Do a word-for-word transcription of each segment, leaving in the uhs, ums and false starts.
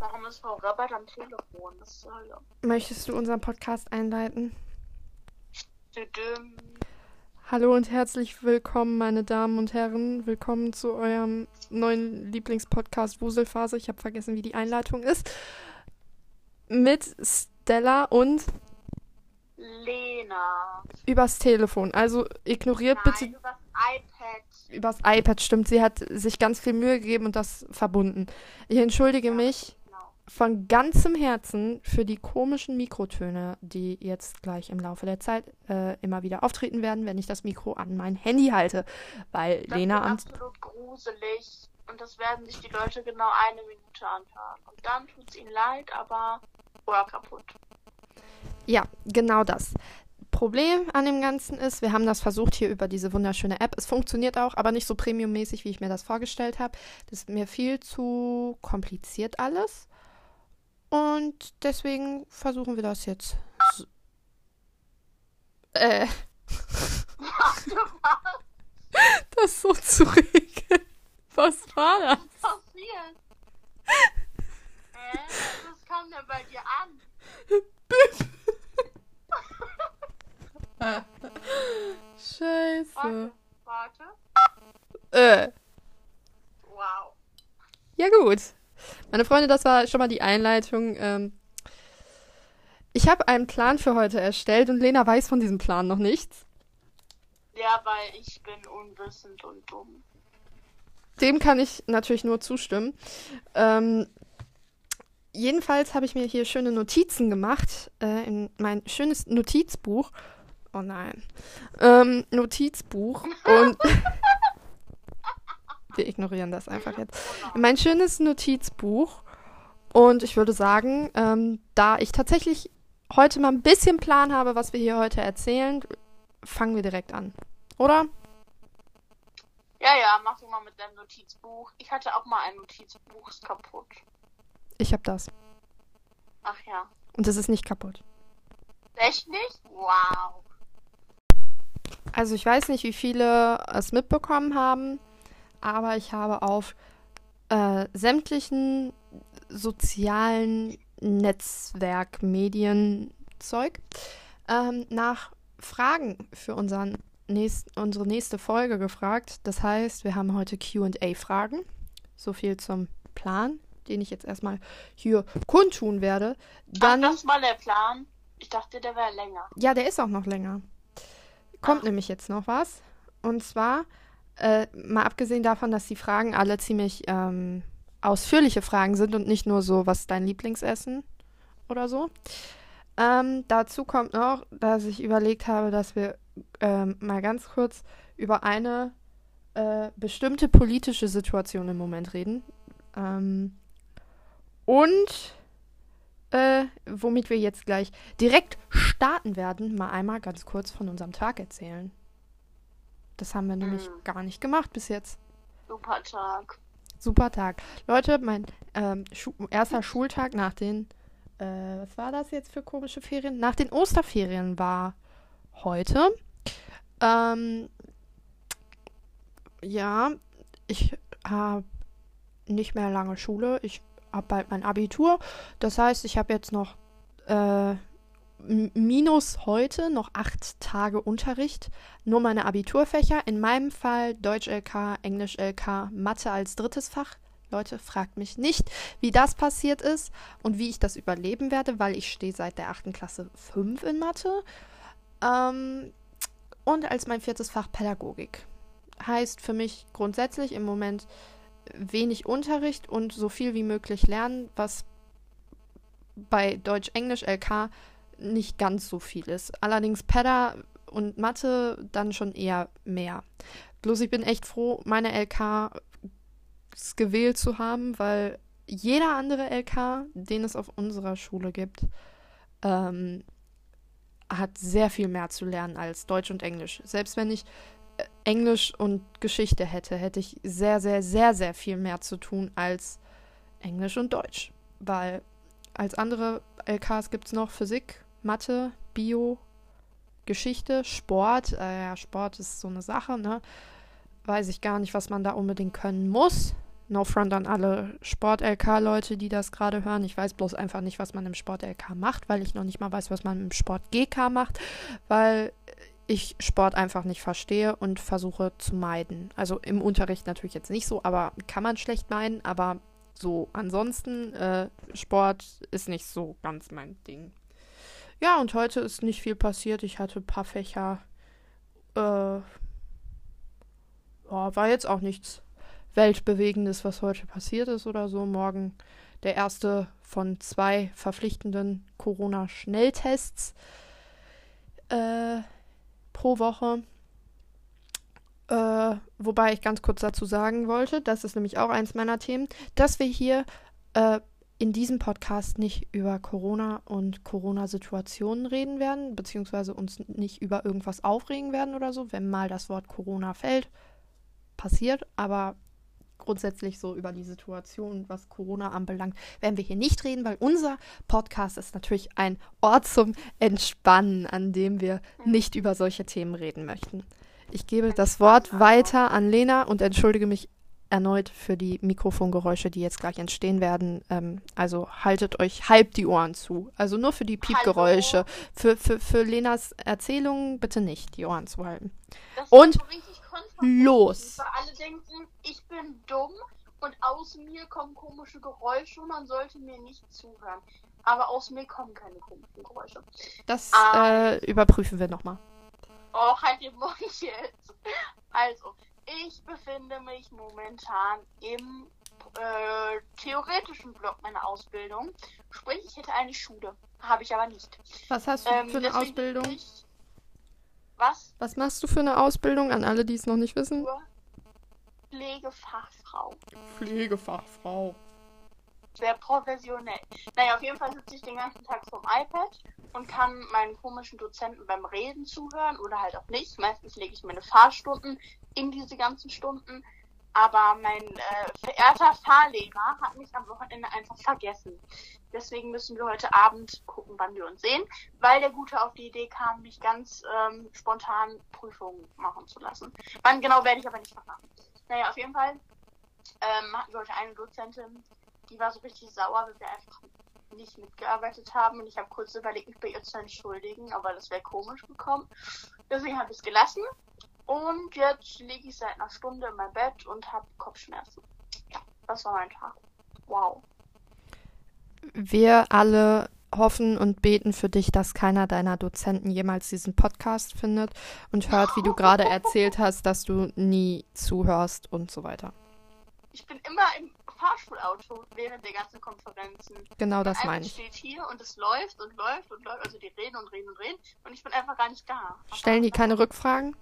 Warum ist Frau Rabbert am Telefon? Das ist Hölle. Möchtest du unseren Podcast einleiten? Düdüm. Hallo und herzlich willkommen, meine Damen und Herren. Willkommen zu eurem neuen Lieblingspodcast Wuselphase. Ich habe vergessen, wie die Einleitung ist. Mit Stella und Lena. übers Telefon. Also ignoriert Nein, bitte übers iPad. übers iPad. Stimmt, sie hat sich ganz viel Mühe gegeben und das verbunden. Ich entschuldige Ja, mich genau. von ganzem Herzen für die komischen Mikrotöne, die jetzt gleich im Laufe der Zeit äh, immer wieder auftreten werden, wenn ich das Mikro an mein Handy halte. Weil Das Lena wird am absolut gruselig. Und das werden sich die Leute genau eine Minute anhören. Und dann tut es ihnen leid, aber Ohr kaputt. Ja, genau das. Problem an dem Ganzen ist, wir haben das versucht hier über diese wunderschöne App. Es funktioniert auch, aber nicht so premiummäßig, wie ich mir das vorgestellt habe. Das ist mir viel zu kompliziert alles. Und deswegen versuchen wir das jetzt. So. Äh, Was das so zu regeln. Was war das? ist passiert? Hä? Was kam denn bei dir an? Scheiße. Warte, warte. Äh. Wow. Ja gut. Meine Freunde, das war schon mal die Einleitung. Ähm, ich habe einen Plan für heute erstellt und Lena weiß von diesem Plan noch nichts. Ja, weil ich bin unwissend und dumm. Dem kann ich natürlich nur zustimmen. Ähm, jedenfalls habe ich mir hier schöne Notizen gemacht äh, in mein schönes Notizbuch. Oh nein. Ähm, Notizbuch und wir ignorieren das einfach jetzt. Mein schönes Notizbuch und ich würde sagen, ähm, da ich tatsächlich heute mal ein bisschen Plan habe, was wir hier heute erzählen, fangen wir direkt an. Oder? Ja, ja, mach du mal mit deinem Notizbuch. Ich hatte auch mal ein Notizbuch, ist kaputt. Ich habe das. Ach ja. Und es ist nicht kaputt. Echt nicht? Wow. Also ich weiß nicht, wie viele es mitbekommen haben, aber ich habe auf äh, sämtlichen sozialen Netzwerkmedien-Zeug ähm, nach Fragen für unseren nächst, unsere nächste Folge gefragt. Das heißt, wir haben heute Q und A-Fragen. So viel zum Plan, den ich jetzt erstmal hier kundtun werde. Dann, Ach, das war der Plan. Ich dachte, der wäre länger. ja, der ist auch noch länger. Kommt Ach. nämlich jetzt noch was. Und zwar, äh, mal abgesehen davon, dass die Fragen alle ziemlich ähm, ausführliche Fragen sind und nicht nur so, was ist dein Lieblingsessen oder so. Ähm, dazu kommt noch, dass ich überlegt habe, dass wir ähm, mal ganz kurz über eine äh, bestimmte politische Situation im Moment reden. Ähm, und äh, womit wir jetzt gleich direkt starten werden, mal einmal ganz kurz von unserem Tag erzählen. Das haben wir nämlich Mm. gar nicht gemacht bis jetzt. Super Tag. Super Tag. Leute, mein ähm, Schu- erster Schultag nach den, äh, was war das jetzt für komische Ferien? Nach den Osterferien war heute. Ähm, ja, ich habe nicht mehr lange Schule. Ich habe bald mein Abitur. Das heißt, ich habe jetzt noch äh, m- minus heute noch acht Tage Unterricht. Nur meine Abiturfächer. In meinem Fall Deutsch L K, Englisch L K, Mathe als drittes Fach. Leute, fragt mich nicht, wie das passiert ist und wie ich das überleben werde, weil ich stehe seit der achten Klasse fünf in Mathe. Ähm, und als mein viertes Fach Pädagogik. Heißt für mich grundsätzlich im Moment wenig Unterricht und so viel wie möglich lernen, was bei Deutsch, Englisch, L K nicht ganz so viel ist. Allerdings Päda und Mathe dann schon eher mehr. Bloß ich bin echt froh, meine L Ks gewählt zu haben, weil jeder andere L K, den es auf unserer Schule gibt, ähm, hat sehr viel mehr zu lernen als Deutsch und Englisch. Selbst wenn ich äh, Englisch und Geschichte hätte, hätte ich sehr, sehr, sehr, sehr viel mehr zu tun als Englisch und Deutsch. Weil als andere L Ks gibt es noch Physik, Mathe, Bio, Geschichte, Sport. Äh, ja, Sport ist so eine Sache, ne? Weiß ich gar nicht, was man da unbedingt können muss. no front an alle Sport-L K-Leute, die das gerade hören. Ich weiß bloß einfach nicht, was man im Sport-L K macht, weil ich noch nicht mal weiß, was man im Sport-G K macht, weil ich Sport einfach nicht verstehe und versuche zu meiden. Also im Unterricht natürlich jetzt nicht so, aber kann man schlecht meiden, aber so ansonsten, äh, Sport ist nicht so ganz mein Ding. Ja, und heute ist nicht viel passiert. Ich hatte ein paar Fächer, äh, ja, war jetzt auch nichts Weltbewegendes, was heute passiert ist oder so. Morgen der erste von zwei verpflichtenden Corona-Schnelltests äh, pro Woche. Äh, wobei ich ganz kurz dazu sagen wollte, das ist nämlich auch eins meiner Themen, dass wir hier äh, in diesem Podcast nicht über Corona und Corona-Situationen reden werden, beziehungsweise uns nicht über irgendwas aufregen werden oder so, wenn mal das Wort Corona fällt. Passiert, aber grundsätzlich so über die Situation, was Corona anbelangt, werden wir hier nicht reden, weil unser Podcast ist natürlich ein Ort zum Entspannen, an dem wir nicht über solche Themen reden möchten. Ich gebe das Wort weiter an Lena und entschuldige mich erneut für die Mikrofongeräusche, die jetzt gleich entstehen werden. Ähm, also haltet euch halb die Ohren zu. Also nur für die Piepgeräusche. Für, für, für Lenas Erzählungen bitte nicht die Ohren zu halten. Das Und so richtig los! Weil alle denken, ich bin dumm und aus mir kommen komische Geräusche und man sollte mir nicht zuhören. Aber aus mir kommen keine komischen Geräusche. Das ähm, äh, überprüfen wir nochmal. Oh, halt den Mund jetzt. Also, ich befinde mich momentan im äh, theoretischen Block meiner Ausbildung. Sprich, ich hätte eine Schule. Habe ich aber nicht. Was hast du ähm, für eine Ausbildung? Ich, was? Was machst du für eine Ausbildung, an alle, die es noch nicht wissen? Pflegefachfrau. Pflegefachfrau. Sehr professionell. Naja, auf jeden Fall sitze ich den ganzen Tag vorm iPad und kann meinen komischen Dozenten beim Reden zuhören oder halt auch nicht. Meistens lege ich meine Fahrstunden in diese ganzen Stunden. Aber mein äh, verehrter Fahrlehrer hat mich am Wochenende einfach vergessen. Deswegen müssen wir heute Abend gucken, wann wir uns sehen, weil der Gute auf die Idee kam, mich ganz ähm, spontan Prüfungen machen zu lassen. Wann genau, werde ich aber nicht verraten. Naja, auf jeden Fall ähm, hatten wir heute eine Dozentin, die war so richtig sauer, weil wir einfach nicht mitgearbeitet haben. Und ich habe kurz überlegt, mich bei ihr zu entschuldigen, aber das wäre komisch gekommen. Deswegen habe ich es gelassen. Und jetzt liege ich seit einer Stunde in meinem Bett und habe Kopfschmerzen. Ja, das war mein Tag. Wow. Wir alle hoffen und beten für dich, dass keiner deiner Dozenten jemals diesen Podcast findet und hört, wie du gerade erzählt hast, dass du nie zuhörst und so weiter. Ich bin immer im Fahrschulauto während der ganzen Konferenzen. Genau das meine ich. steht hier und es läuft und läuft und läuft. Also die reden und reden und reden und ich bin einfach gar nicht da. Stellen die keine Rückfragen?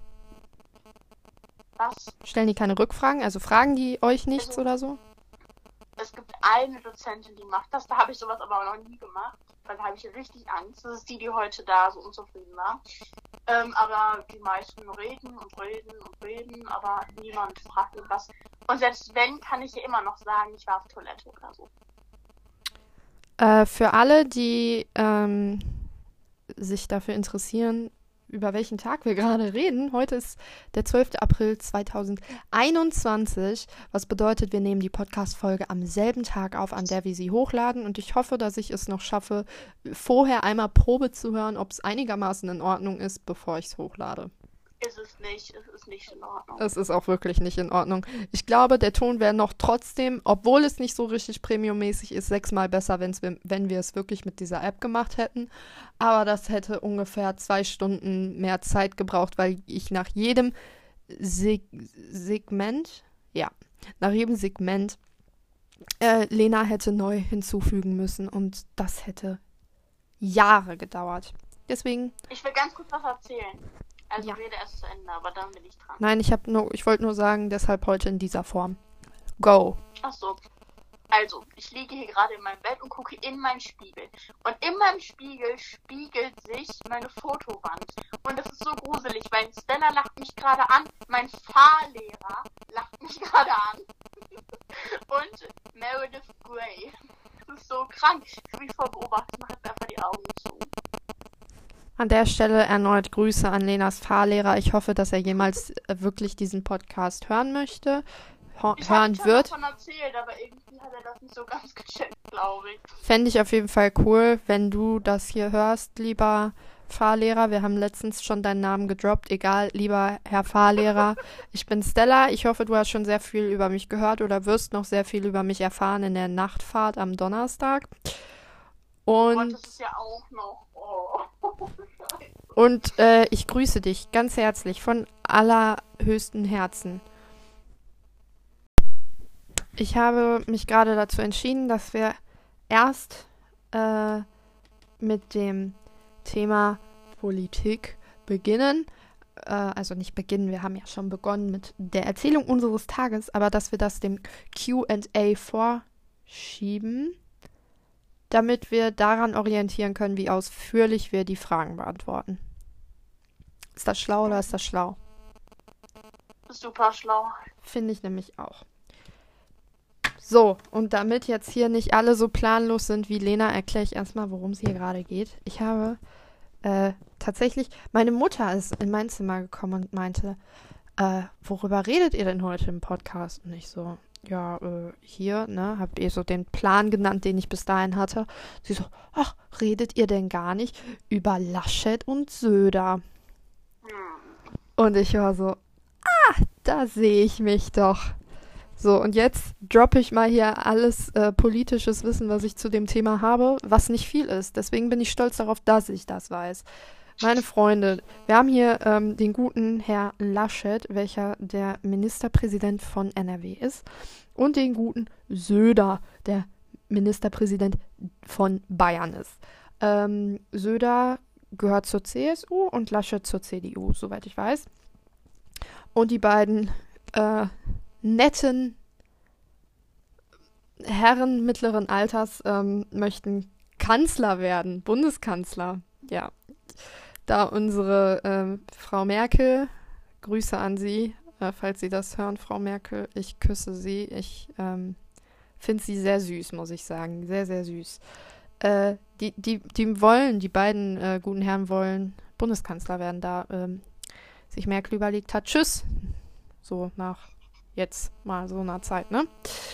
Was? Stellen die keine Rückfragen? Also fragen die euch nichts also, oder so? Es gibt eine Dozentin, die macht das. Da habe ich sowas aber noch nie gemacht. Weil da habe ich richtig Angst. Das ist die, die heute da so unzufrieden war. Ähm, aber die meisten reden und reden und reden, aber niemand fragt irgendwas. Und selbst wenn, kann ich ja immer noch sagen, ich war auf Toilette oder so. Äh, für alle, die ähm, sich dafür interessieren, über welchen Tag wir gerade reden. Heute ist der zwölfter April zweitausendeinundzwanzig, was bedeutet, wir nehmen die Podcast-Folge am selben Tag auf, an der wir sie hochladen und ich hoffe, dass ich es noch schaffe, vorher einmal Probe zu hören, ob es einigermaßen in Ordnung ist, bevor ich es hochlade. Ist es nicht, es ist nicht in Ordnung. Es ist auch wirklich nicht in Ordnung. Ich glaube, der Ton wäre noch trotzdem, obwohl es nicht so richtig premiummäßig ist, sechsmal besser, wenn's wir, wenn wir es wirklich mit dieser App gemacht hätten. Aber das hätte ungefähr zwei Stunden mehr Zeit gebraucht, weil ich nach jedem Seg- Segment, ja, nach jedem Segment äh, Lena hätte neu hinzufügen müssen und das hätte Jahre gedauert. Deswegen. Ich will ganz kurz was erzählen. Also ja. rede erst zu Ende, aber dann bin ich dran. Nein, ich habe nur, ich wollte nur sagen, deshalb heute in dieser Form. Go. Ach so. Also, ich liege hier gerade in meinem Bett und gucke in meinen Spiegel. Und in meinem Spiegel spiegelt sich meine Fotowand. Und das ist so gruselig, weil Stella lacht mich gerade an, mein Fahrlehrer lacht mich gerade an. Und Meredith Grey. Das ist so krank. Ich habe mich voll beobachtet, mache jetzt einfach die Augen zu. An der Stelle erneut Grüße an Lenas Fahrlehrer. Ich hoffe, dass er jemals wirklich diesen Podcast hören möchte. ho- Ich habe hören schon wird. davon erzählt, aber irgendwie hat er das nicht so ganz gecheckt, glaube ich. Fände ich auf jeden Fall cool, wenn du das hier hörst, lieber Fahrlehrer. Wir haben letztens schon deinen Namen gedroppt. Egal, lieber Herr Fahrlehrer. Ich bin Stella. Ich hoffe, du hast schon sehr viel über mich gehört oder wirst noch sehr viel über mich erfahren in der Nachtfahrt am Donnerstag. Und Und, das ist ja auch noch. Oh. und äh, ich grüße dich ganz herzlich von allerhöchstem Herzen. Ich habe mich gerade dazu entschieden, dass wir erst äh, mit dem Thema Politik beginnen. Äh, also nicht beginnen, wir haben ja schon begonnen mit der Erzählung unseres Tages, aber dass wir das dem Q and A vorschieben, damit wir daran orientieren können, wie ausführlich wir die Fragen beantworten. Ist das schlau oder ist das schlau? Super schlau. Finde ich nämlich auch. So, und damit jetzt hier nicht alle so planlos sind wie Lena, erkläre ich erstmal, worum es hier gerade geht. Ich habe äh, tatsächlich, meine Mutter ist in mein Zimmer gekommen und meinte, äh, worüber redet ihr denn heute im Podcast? Und ich so, ja, äh, hier, ne, habt ihr so den Plan genannt, den ich bis dahin hatte. Sie so, ach, redet ihr denn gar nicht über Laschet und Söder? Hm. Und ich war so, ah, da sehe ich mich doch. So, und jetzt droppe ich mal hier alles äh, politisches Wissen, was ich zu dem Thema habe, was nicht viel ist. Deswegen bin ich stolz darauf, dass ich das weiß. Meine Freunde, wir haben hier ähm, den guten Herr Laschet, welcher der Ministerpräsident von N R W ist, und den guten Söder, der Ministerpräsident von Bayern ist. Ähm, Söder gehört zur C S U und Laschet zur C D U, soweit ich weiß. Und die beiden äh, netten Herren mittleren Alters ähm, möchten Kanzler werden, Bundeskanzler. Ja, da unsere ähm, Frau Merkel, Grüße an Sie, äh, falls Sie das hören, Frau Merkel, ich küsse Sie. Ich ähm, finde sie sehr süß, muss ich sagen, sehr, sehr süß. Äh, die, die, die wollen, die beiden äh, guten Herren wollen Bundeskanzler werden, da ähm, sich Merkel überlegt hat, tschüss, so nach jetzt mal so einer Zeit, ne?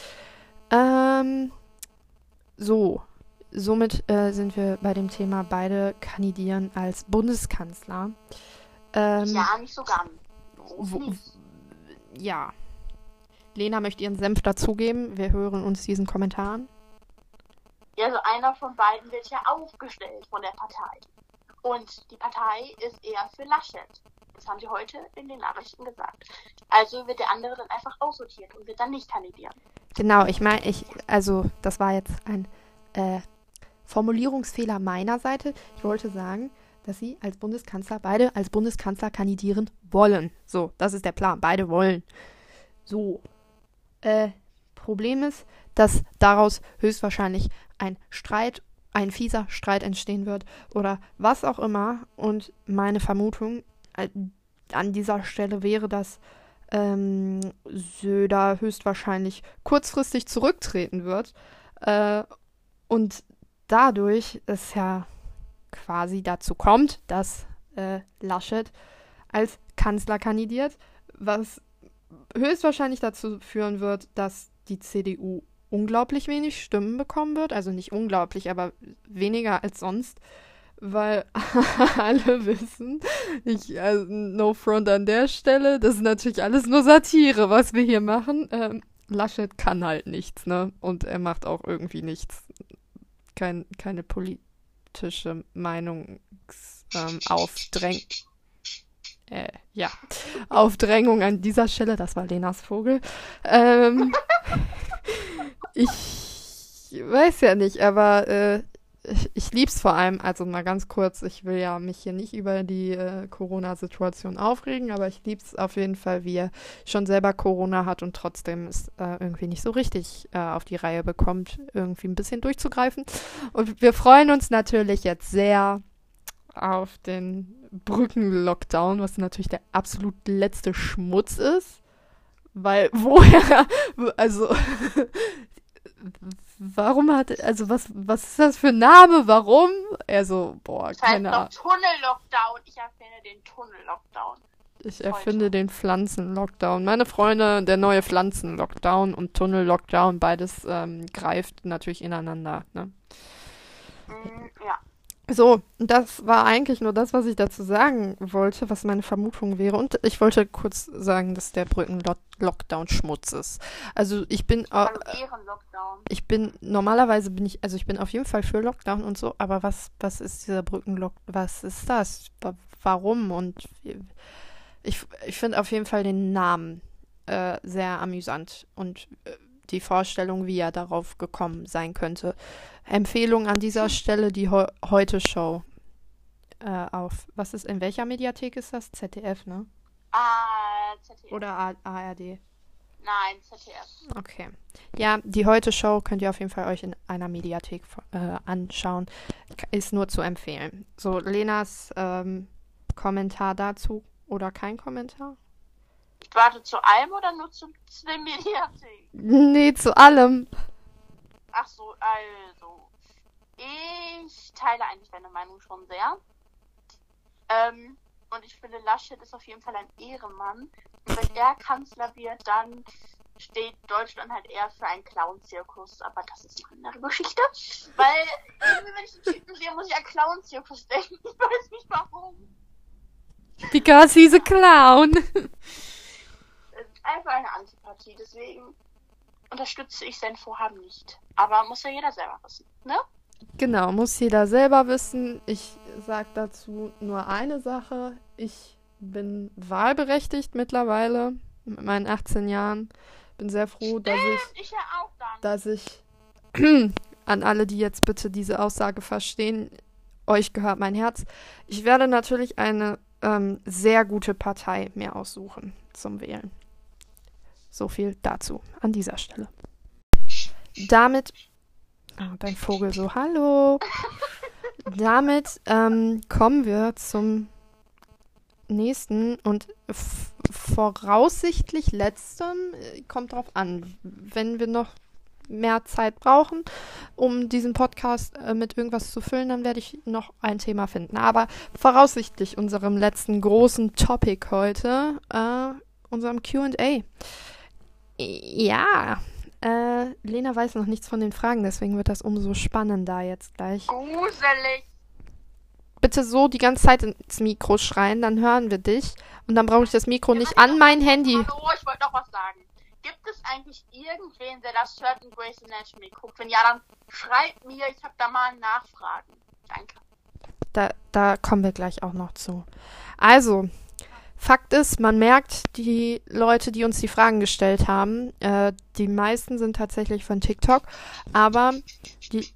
Ähm, so, somit äh, sind wir bei dem Thema, beide kandidieren als Bundeskanzler. Ähm, Ja, nicht so ganz. wo, Nicht. ja. Lena möchte ihren Senf dazugeben. Wir hören uns diesen Kommentar an. Ja, also einer von beiden wird ja aufgestellt von der Partei. Und die Partei ist eher für Laschet. Das haben sie heute in den Nachrichten gesagt. Also wird der andere dann einfach aussortiert und wird dann nicht kandidieren. Genau, ich meine, ich, also das war jetzt ein äh, Formulierungsfehler meiner Seite. Ich wollte sagen, dass sie als Bundeskanzler, beide als Bundeskanzler kandidieren wollen. So, das ist der Plan. Beide wollen. So. Äh, Problem ist, dass daraus höchstwahrscheinlich ein Streit, ein fieser Streit entstehen wird oder was auch immer. Und meine Vermutung äh, an dieser Stelle wäre, dass ähm, Söder höchstwahrscheinlich kurzfristig zurücktreten wird. Äh, und dadurch es ja quasi dazu kommt, dass äh, Laschet als Kanzler kandidiert, was höchstwahrscheinlich dazu führen wird, dass die C D U unglaublich wenig Stimmen bekommen wird. Also nicht unglaublich, aber weniger als sonst. Weil alle wissen, ich, also no front an der Stelle, das ist natürlich alles nur Satire, was wir hier machen. Ähm, Laschet kann halt nichts, ne? Und er macht auch irgendwie nichts. Kein, keine politische Meinungs ähm, Aufdräng äh, ja, Aufdrängung an dieser Stelle, das war Lenas Vogel. Ähm, ich weiß ja nicht, aber äh, ich, ich lieb's vor allem, also mal ganz kurz, ich will ja mich hier nicht über die äh, Corona-Situation aufregen, aber ich lieb's auf jeden Fall, wie er schon selber Corona hat und trotzdem es äh, irgendwie nicht so richtig äh, auf die Reihe bekommt, irgendwie ein bisschen durchzugreifen. Und wir freuen uns natürlich jetzt sehr auf den Brücken-Lockdown, was natürlich der absolut letzte Schmutz ist, weil woher, also warum hat, also was, was ist das für ein Name, warum? Also, boah, Das heißt keine doch Ahnung. Tunnel-Lockdown. Ich erfinde den Tunnel-Lockdown. Ich erfinde den Pflanzen-Lockdown. Meine Freunde, der neue Pflanzen-Lockdown und Tunnel-Lockdown, beides ähm, greift natürlich ineinander. Ne? Mm, ja. So, das war eigentlich nur das, was ich dazu sagen wollte, was meine Vermutung wäre. Und ich wollte kurz sagen, dass der Brücken-Lockdown Schmutz ist. Also ich bin, äh, Hallo, Ehren-Lockdown. ich bin, normalerweise bin ich, also ich bin auf jeden Fall für Lockdown und so, aber was, was ist dieser Brücken-Lockdown, was ist das? Wa- Warum? Und ich, ich finde auf jeden Fall den Namen äh, sehr amüsant und äh, die Vorstellung, wie er darauf gekommen sein könnte. Empfehlung an dieser Stelle die Heu- Heute-Show äh, auf, was ist, in welcher Mediathek ist das? Z D F, ne? Ah, Z D F. Oder A- ARD? Nein, Z D F. Okay. Ja, die Heute-Show könnt ihr auf jeden Fall euch in einer Mediathek äh, anschauen. K- Ist nur zu empfehlen. So, Lenas ähm, Kommentar dazu oder kein Kommentar? Warte, zu allem oder nur zu, zu den Mediatheken? Nee, zu allem. Ach so, also. Ich teile eigentlich deine Meinung schon sehr. Ähm, und ich finde, Laschet ist auf jeden Fall ein Ehrenmann. Und wenn er Kanzler wird, dann steht Deutschland halt eher für einen Clown-Zirkus. Aber das ist eine andere Geschichte. Weil, irgendwie, wenn ich den Typen sehe, muss ich an Clown-Zirkus denken. Ich weiß nicht warum. Because he's a clown. Es ist einfach eine Antipathie. Deswegen unterstütze ich sein Vorhaben nicht. Aber muss ja jeder selber wissen, ne? Genau, muss jeder selber wissen. Ich sag dazu nur eine Sache. Ich bin wahlberechtigt mittlerweile mit meinen achtzehn Jahren. Bin sehr froh, dass ich, Ich ja auch dann. dass ich an alle, die jetzt bitte diese Aussage verstehen, euch gehört mein Herz. Ich werde natürlich eine ähm, sehr gute Partei mir aussuchen zum Wählen. So viel dazu an dieser Stelle. Damit, oh, dein Vogel so, hallo. Damit ähm, kommen wir zum nächsten und f- voraussichtlich letztem, äh, kommt drauf an, wenn wir noch mehr Zeit brauchen, um diesen Podcast äh, mit irgendwas zu füllen, dann werde ich noch ein Thema finden. Aber voraussichtlich unserem letzten großen Topic heute, äh, unserem Q und A. Ja, äh, Lena weiß noch nichts von den Fragen, deswegen wird das umso spannender jetzt gleich. Gruselig. Bitte so die ganze Zeit ins Mikro schreien, dann hören wir dich. Und dann brauche ich das Mikro nicht an mein Handy. Hallo, ich wollte noch was sagen. Gibt es eigentlich irgendwen, der das hört und Grey's Anatomy guckt? Wenn ja, dann schreibt mir, ich habe da mal Nachfragen. Danke. Da, da kommen wir gleich auch noch zu. Also, Fakt ist, man merkt, die Leute, die uns die Fragen gestellt haben, äh, die meisten sind tatsächlich von TikTok, aber die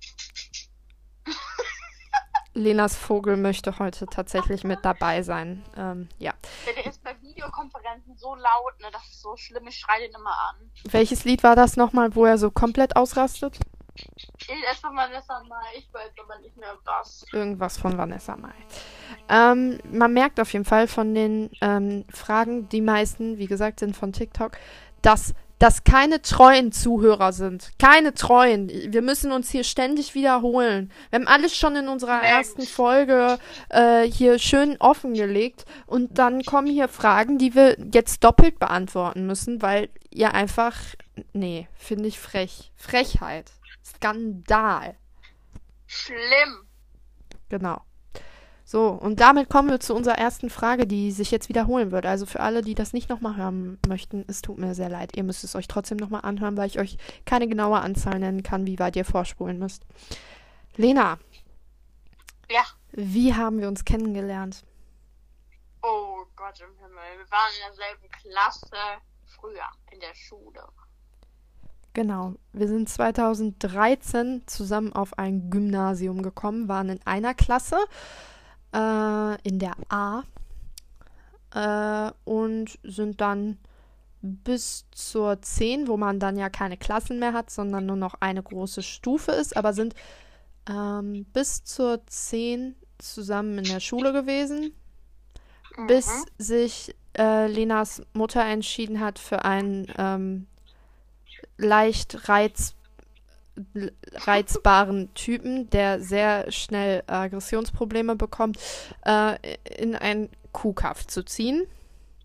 Lenas Vogel möchte heute tatsächlich mit dabei sein. Ähm, ja. Der, der ist bei Videokonferenzen so laut, ne, das ist so schlimm, ich schreie den immer an. Welches Lied war das nochmal, wo er so komplett ausrastet? Ich erstmal Vanessa Mai, ich weiß aber nicht mehr was. Irgendwas von Vanessa Mai. Ähm, man merkt auf jeden Fall von den ähm, Fragen, die meisten, wie gesagt, sind von TikTok, dass das keine treuen Zuhörer sind. Keine treuen. Wir müssen uns hier ständig wiederholen. Wir haben alles schon in unserer Mensch. ersten Folge äh, hier schön offengelegt und dann kommen hier Fragen, die wir jetzt doppelt beantworten müssen, weil ihr einfach, nee, finde ich frech. Frechheit. Skandal. Schlimm. Genau. So, und damit kommen wir zu unserer ersten Frage, die sich jetzt wiederholen wird. Also für alle, die das nicht nochmal hören möchten, es tut mir sehr leid. Ihr müsst es euch trotzdem nochmal anhören, weil ich euch keine genaue Anzahl nennen kann, wie weit ihr vorspulen müsst. Lena. Ja. Wie haben wir uns kennengelernt? Oh Gott im Himmel. Wir waren in derselben Klasse früher in der Schule. Genau. Wir sind zweitausenddreizehn zusammen auf ein Gymnasium gekommen, waren in einer Klasse, äh, in der A, äh, und sind dann bis zur zehn, wo man dann ja keine Klassen mehr hat, sondern nur noch eine große Stufe ist, aber sind ähm, bis zur zehn zusammen in der Schule gewesen, Mhm. bis sich äh, Lenas Mutter entschieden hat für einen ähm, leicht reiz, reizbaren Typen, der sehr schnell Aggressionsprobleme bekommt, äh, in ein Kuhkaff zu ziehen.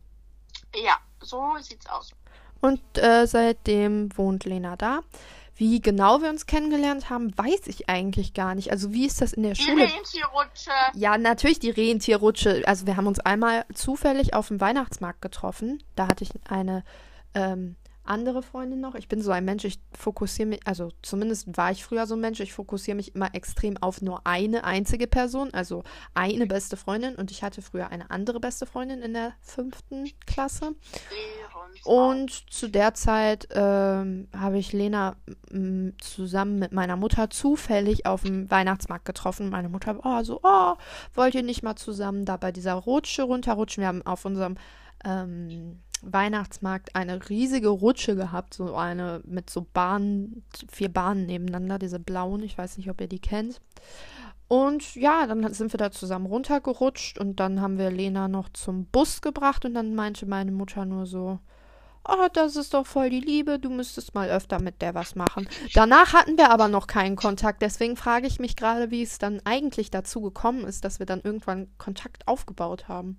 Ja, so sieht's aus. Und äh, seitdem wohnt Lena da. Wie genau wir uns kennengelernt haben, weiß ich eigentlich gar nicht. Also wie ist das in der Die Schule? Rentierrutsche. Ja, natürlich die Rentierrutsche. Also wir haben uns einmal zufällig auf dem Weihnachtsmarkt getroffen. Da hatte ich eine ähm, andere Freundin noch. Ich bin so ein Mensch, ich fokussiere mich, also zumindest war ich früher so ein Mensch, ich fokussiere mich immer extrem auf nur eine einzige Person, also eine beste Freundin. Und ich hatte früher eine andere beste Freundin in der fünften Klasse. Und zu der Zeit ähm, habe ich Lena m, zusammen mit meiner Mutter zufällig auf dem Weihnachtsmarkt getroffen. Meine Mutter war so, oh, wollt ihr nicht mal zusammen da bei dieser Rutsche runterrutschen? Wir haben auf unserem ähm, Weihnachtsmarkt eine riesige Rutsche gehabt, so eine mit so Bahnen, vier Bahnen nebeneinander, diese blauen, ich weiß nicht, ob ihr die kennt. Und ja, dann sind wir da zusammen runtergerutscht und dann haben wir Lena noch zum Bus gebracht und dann meinte meine Mutter nur so, oh, das ist doch voll die Liebe, du müsstest mal öfter mit der was machen. Danach hatten wir aber noch keinen Kontakt, deswegen frage ich mich gerade, wie es dann eigentlich dazu gekommen ist, dass wir dann irgendwann Kontakt aufgebaut haben.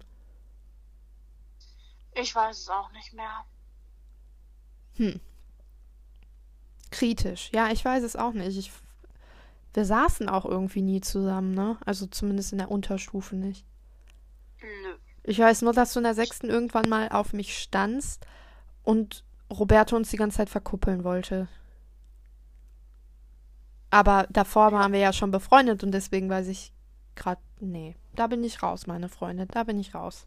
Ich weiß es auch nicht mehr. Hm. Kritisch. Ja, ich weiß es auch nicht. Ich, wir saßen auch irgendwie nie zusammen, ne? Also zumindest in der Unterstufe nicht. Nö. Ich weiß nur, dass du in der sechsten irgendwann mal auf mich standst und Roberto uns die ganze Zeit verkuppeln wollte. Aber davor waren wir ja schon befreundet und deswegen weiß ich gerade, nee, da bin ich raus, meine Freunde, da bin ich raus.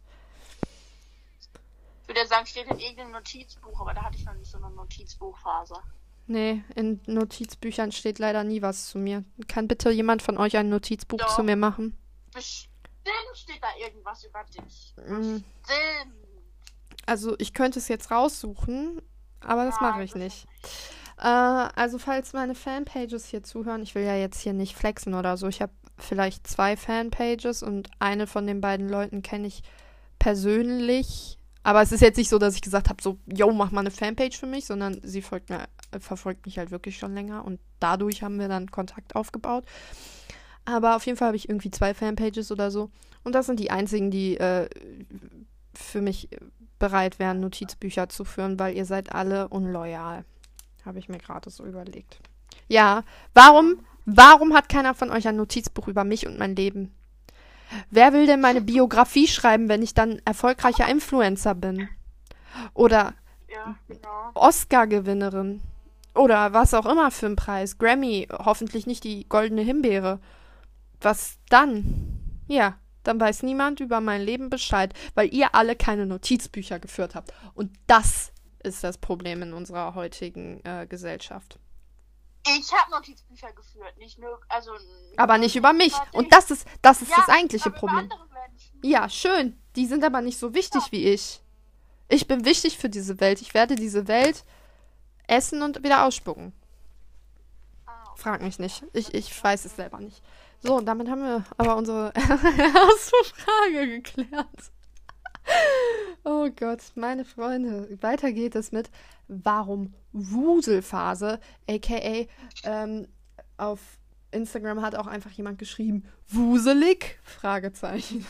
Ich würde sagen, steht in irgendeinem Notizbuch, aber da hatte ich noch nicht so eine Notizbuchphase. Nee, in Notizbüchern steht leider nie was zu mir. Kann bitte jemand von euch ein Notizbuch Doch. zu mir machen? Bestimmt steht da irgendwas über dich. Mm. Bestimmt. Also ich könnte es jetzt raussuchen, aber das Nein, mache ich bitte nicht. Äh, also falls meine Fanpages hier zuhören, ich will ja jetzt hier nicht flexen oder so. Ich habe vielleicht zwei Fanpages und eine von den beiden Leuten kenne ich persönlich. Aber es ist jetzt nicht so, dass ich gesagt habe, so, yo, mach mal eine Fanpage für mich, sondern sie folgt mir, äh, verfolgt mich halt wirklich schon länger und dadurch haben wir dann Kontakt aufgebaut. Aber auf jeden Fall habe ich irgendwie zwei Fanpages oder so. Und das sind die einzigen, die äh, für mich bereit wären, Notizbücher zu führen, weil ihr seid alle unloyal. Habe ich mir gerade so überlegt. Ja, warum, warum hat keiner von euch ein Notizbuch über mich und mein Leben? Wer will denn meine Biografie schreiben, wenn ich dann erfolgreicher Influencer bin? Oder Ja, genau. Oscar-Gewinnerin? Oder was auch immer für ein Preis. Grammy, hoffentlich nicht die goldene Himbeere. Was dann? Ja, dann weiß niemand über mein Leben Bescheid, weil ihr alle keine Notizbücher geführt habt. Und das ist das Problem in unserer heutigen äh, Gesellschaft. Ich habe Notizbücher geführt, nicht nur, also... Aber nicht über mich. Warte, Und das ist, das ist ja, das eigentliche aber Problem. Über andere Menschen. Ja, schön. Die sind aber nicht so wichtig wie ich. Ich bin wichtig für diese Welt. Ich werde diese Welt essen und wieder ausspucken. Ah, okay. Frag mich nicht. Ich, ich weiß es selber nicht. So, und damit haben wir aber unsere erste Frage geklärt. Oh Gott, meine Freunde. Weiter geht es mit Warum Wuselphase? A K A ähm, auf Instagram hat auch einfach jemand geschrieben Wuselig? Fragezeichen.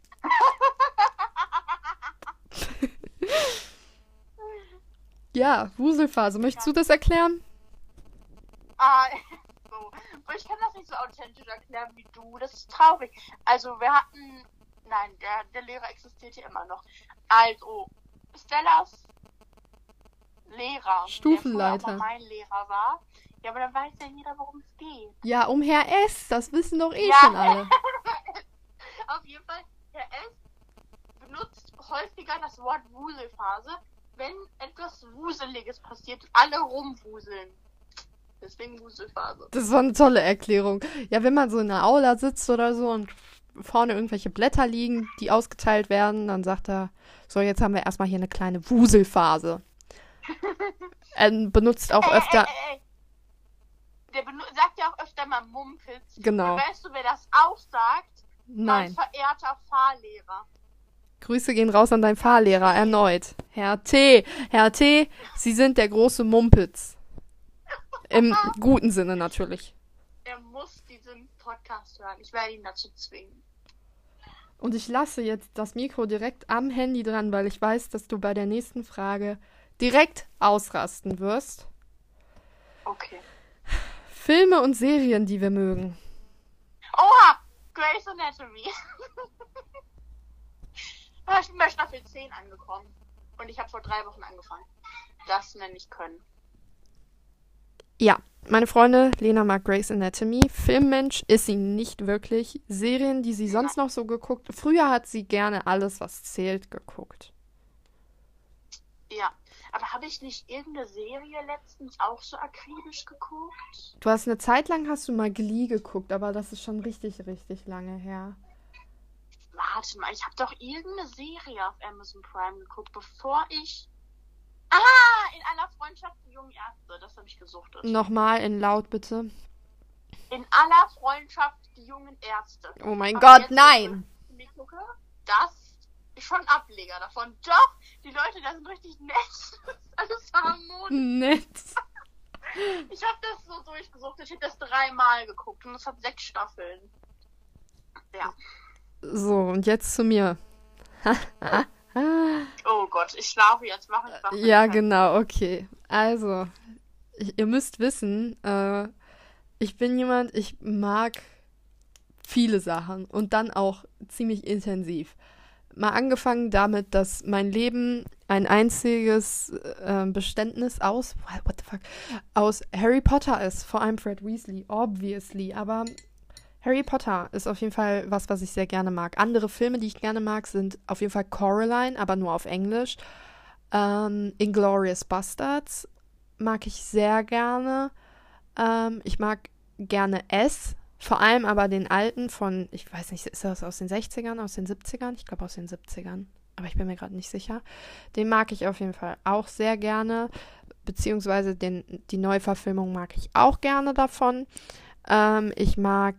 Ja, Wuselphase. Möchtest du das erklären? Ah, so. Aber ich kann das nicht so authentisch erklären wie du. Das ist traurig. Also, wir hatten... Nein, der, der Lehrer existiert hier immer noch. Also, Stellas Lehrer, Stufenleiter. der früher auch mal mein Lehrer war. Ja, aber dann weiß ja jeder, worum es geht. Ja, um Herr S. Das wissen doch eh Ja. schon alle. Auf jeden Fall, Herr S. benutzt häufiger das Wort Wuselphase, wenn etwas Wuseliges passiert, alle rumwuseln. Deswegen Wuselphase. Das war eine tolle Erklärung. Ja, wenn man so in der Aula sitzt oder so und vorne irgendwelche Blätter liegen, die ausgeteilt werden, dann sagt er, so, jetzt haben wir erstmal hier eine kleine Wuselphase. Er benutzt auch ey, öfter... Ey, ey, ey. Der benu- sagt ja auch öfter mal Mumpitz. Genau. Und weißt du, wer das auch sagt? Nein. Mein verehrter Fahrlehrer. Grüße gehen raus an deinen Fahrlehrer, erneut. Herr T. Herr T., Sie sind der große Mumpitz. Im guten Sinne natürlich. Er muss diesen Podcast hören. Ich werde ihn dazu zwingen. Und ich lasse jetzt das Mikro direkt am Handy dran, weil ich weiß, dass du bei der nächsten Frage direkt ausrasten wirst. Okay. Filme und Serien, die wir mögen. Oha! Grey's Anatomy. Ich bin bei Staffel zehn angekommen. Und ich habe vor drei Wochen angefangen. Das nenne ich können. Ja, meine Freunde, Lena mag Grey's Anatomy. Filmmensch ist sie nicht wirklich. Serien, die sie sonst noch so geguckt. Früher hat sie gerne alles, was zählt, geguckt. Ja, aber habe ich nicht irgendeine Serie letztens auch so akribisch geguckt? Du hast eine Zeit lang hast du mal Glee geguckt, aber das ist schon richtig, richtig lange her. Warte mal, ich habe doch irgendeine Serie auf Amazon Prime geguckt, bevor ich... Ah, in aller Freundschaft die jungen Ärzte, das habe ich gesuchtet. Nochmal in laut, bitte. In aller Freundschaft die jungen Ärzte. Oh mein Aber Gott, jetzt, nein! wenn ich gucke, das ist schon ein Ableger davon. Doch, die Leute da sind richtig nett. Das ist alles harmonisch. Nett. Ich habe das so durchgesucht, ich habe das dreimal geguckt und es hat sechs Staffeln. Ja. So, und jetzt zu mir. Oh Gott, ich schlafe jetzt, mach ich wach. Ja, genau, okay. Also, ich, ihr müsst wissen, äh, ich bin jemand, ich mag viele Sachen und dann auch ziemlich intensiv. Mal angefangen damit, dass mein Leben ein einziges äh, Beständnis aus, what the fuck, aus Harry Potter ist, vor allem Fred Weasley, obviously, aber Harry Potter ist auf jeden Fall was, was ich sehr gerne mag. Andere Filme, die ich gerne mag, sind auf jeden Fall Coraline, aber nur auf Englisch. Ähm, Inglourious Basterds mag ich sehr gerne. Ähm, ich mag gerne S, vor allem aber den alten von, ich weiß nicht, ist das aus den sechzigern, aus den siebzigern? Ich glaube aus den siebzigern, aber ich bin mir gerade nicht sicher. Den mag ich auf jeden Fall auch sehr gerne, beziehungsweise den, die Neuverfilmung mag ich auch gerne davon. Ähm, ich mag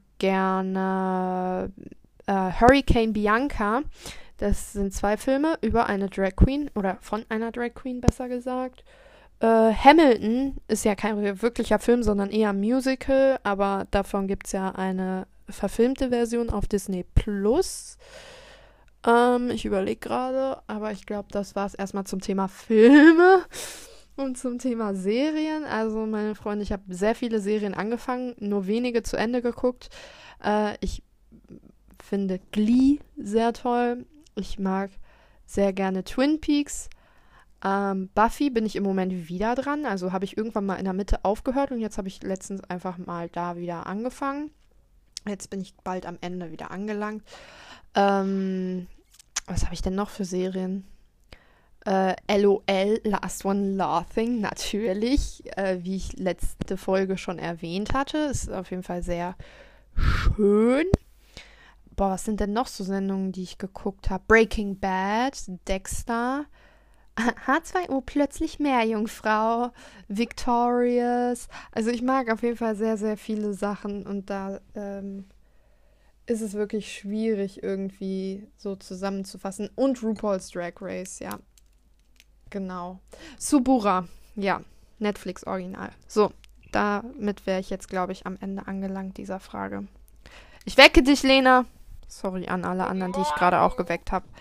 gerne äh, Hurricane Bianca. Das sind zwei Filme über eine Drag Queen oder von einer Drag Queen, besser gesagt. Äh, Hamilton ist ja kein wirklicher Film, sondern eher ein Musical, aber davon gibt es ja eine verfilmte Version auf Disney Plus. Ähm, ich überlege gerade, aber ich glaube, das war es erstmal zum Thema Filme. Und zum Thema Serien, also meine Freunde, ich habe sehr viele Serien angefangen, nur wenige zu Ende geguckt. Äh, ich finde Glee sehr toll. Ich mag sehr gerne Twin Peaks. Ähm, Buffy bin ich im Moment wieder dran, also habe ich irgendwann mal in der Mitte aufgehört und jetzt habe ich letztens einfach mal da wieder angefangen. Jetzt bin ich bald am Ende wieder angelangt. Ähm, was habe ich denn noch für Serien? Äh, LOL, Last One Laughing, natürlich, äh, wie ich letzte Folge schon erwähnt hatte. Ist auf jeden Fall sehr schön. Boah, was sind denn noch so Sendungen, die ich geguckt habe? Breaking Bad, Dexter, H zwei O, plötzlich Meerjungfrau, Victorious. Also ich mag auf jeden Fall sehr, sehr viele Sachen und da ähm, ist es wirklich schwierig irgendwie so zusammenzufassen. Und RuPaul's Drag Race, ja. Genau. Subura, ja, Netflix-Original. So, damit wäre ich jetzt, glaube ich, am Ende angelangt dieser Frage. Ich wecke dich, Lena. Sorry an alle anderen, die ich gerade auch geweckt habe.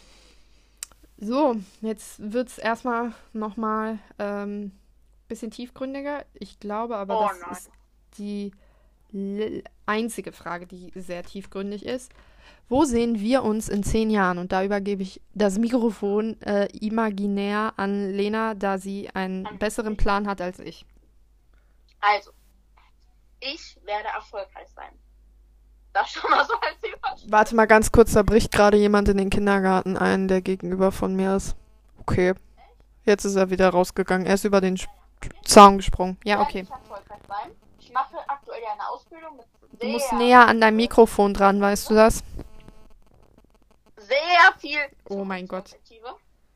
So, jetzt wird es erstmal nochmal ein ähm, bisschen tiefgründiger. Ich glaube aber, Oh das nein. ist die l- einzige Frage, die sehr tiefgründig ist. Wo sehen wir uns in zehn Jahren? Und da übergebe ich das Mikrofon äh, imaginär an Lena, da sie einen besseren Plan hat als ich. Also, ich werde erfolgreich sein. Das schon mal so als Überschrift. Warte mal ganz kurz, da bricht gerade jemand in den Kindergarten ein, der gegenüber von mir ist. Okay. Jetzt ist er wieder rausgegangen. Er ist über den Sp- Zaun gesprungen. Ja, okay. Werde ich erfolgreich sein. Ich mache aktuell ja eine Ausbildung mit Du musst sehr, näher an dein Mikrofon dran, weißt du das? sehr viel Oh mein Gott. Zukunftsperspektive.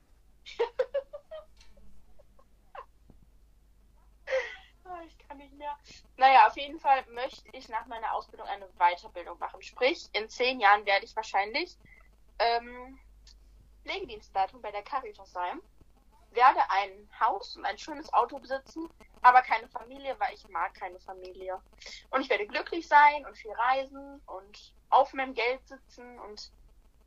Ah, ich kann nicht mehr. Naja, auf jeden Fall möchte ich nach meiner Ausbildung eine Weiterbildung machen. Sprich, in zehn Jahren werde ich wahrscheinlich ähm, Pflegedienstleitung bei der Caritas sein. Werde ein Haus und ein schönes Auto besitzen, aber keine Familie, weil ich mag keine Familie. Und ich werde glücklich sein und viel reisen und auf meinem Geld sitzen und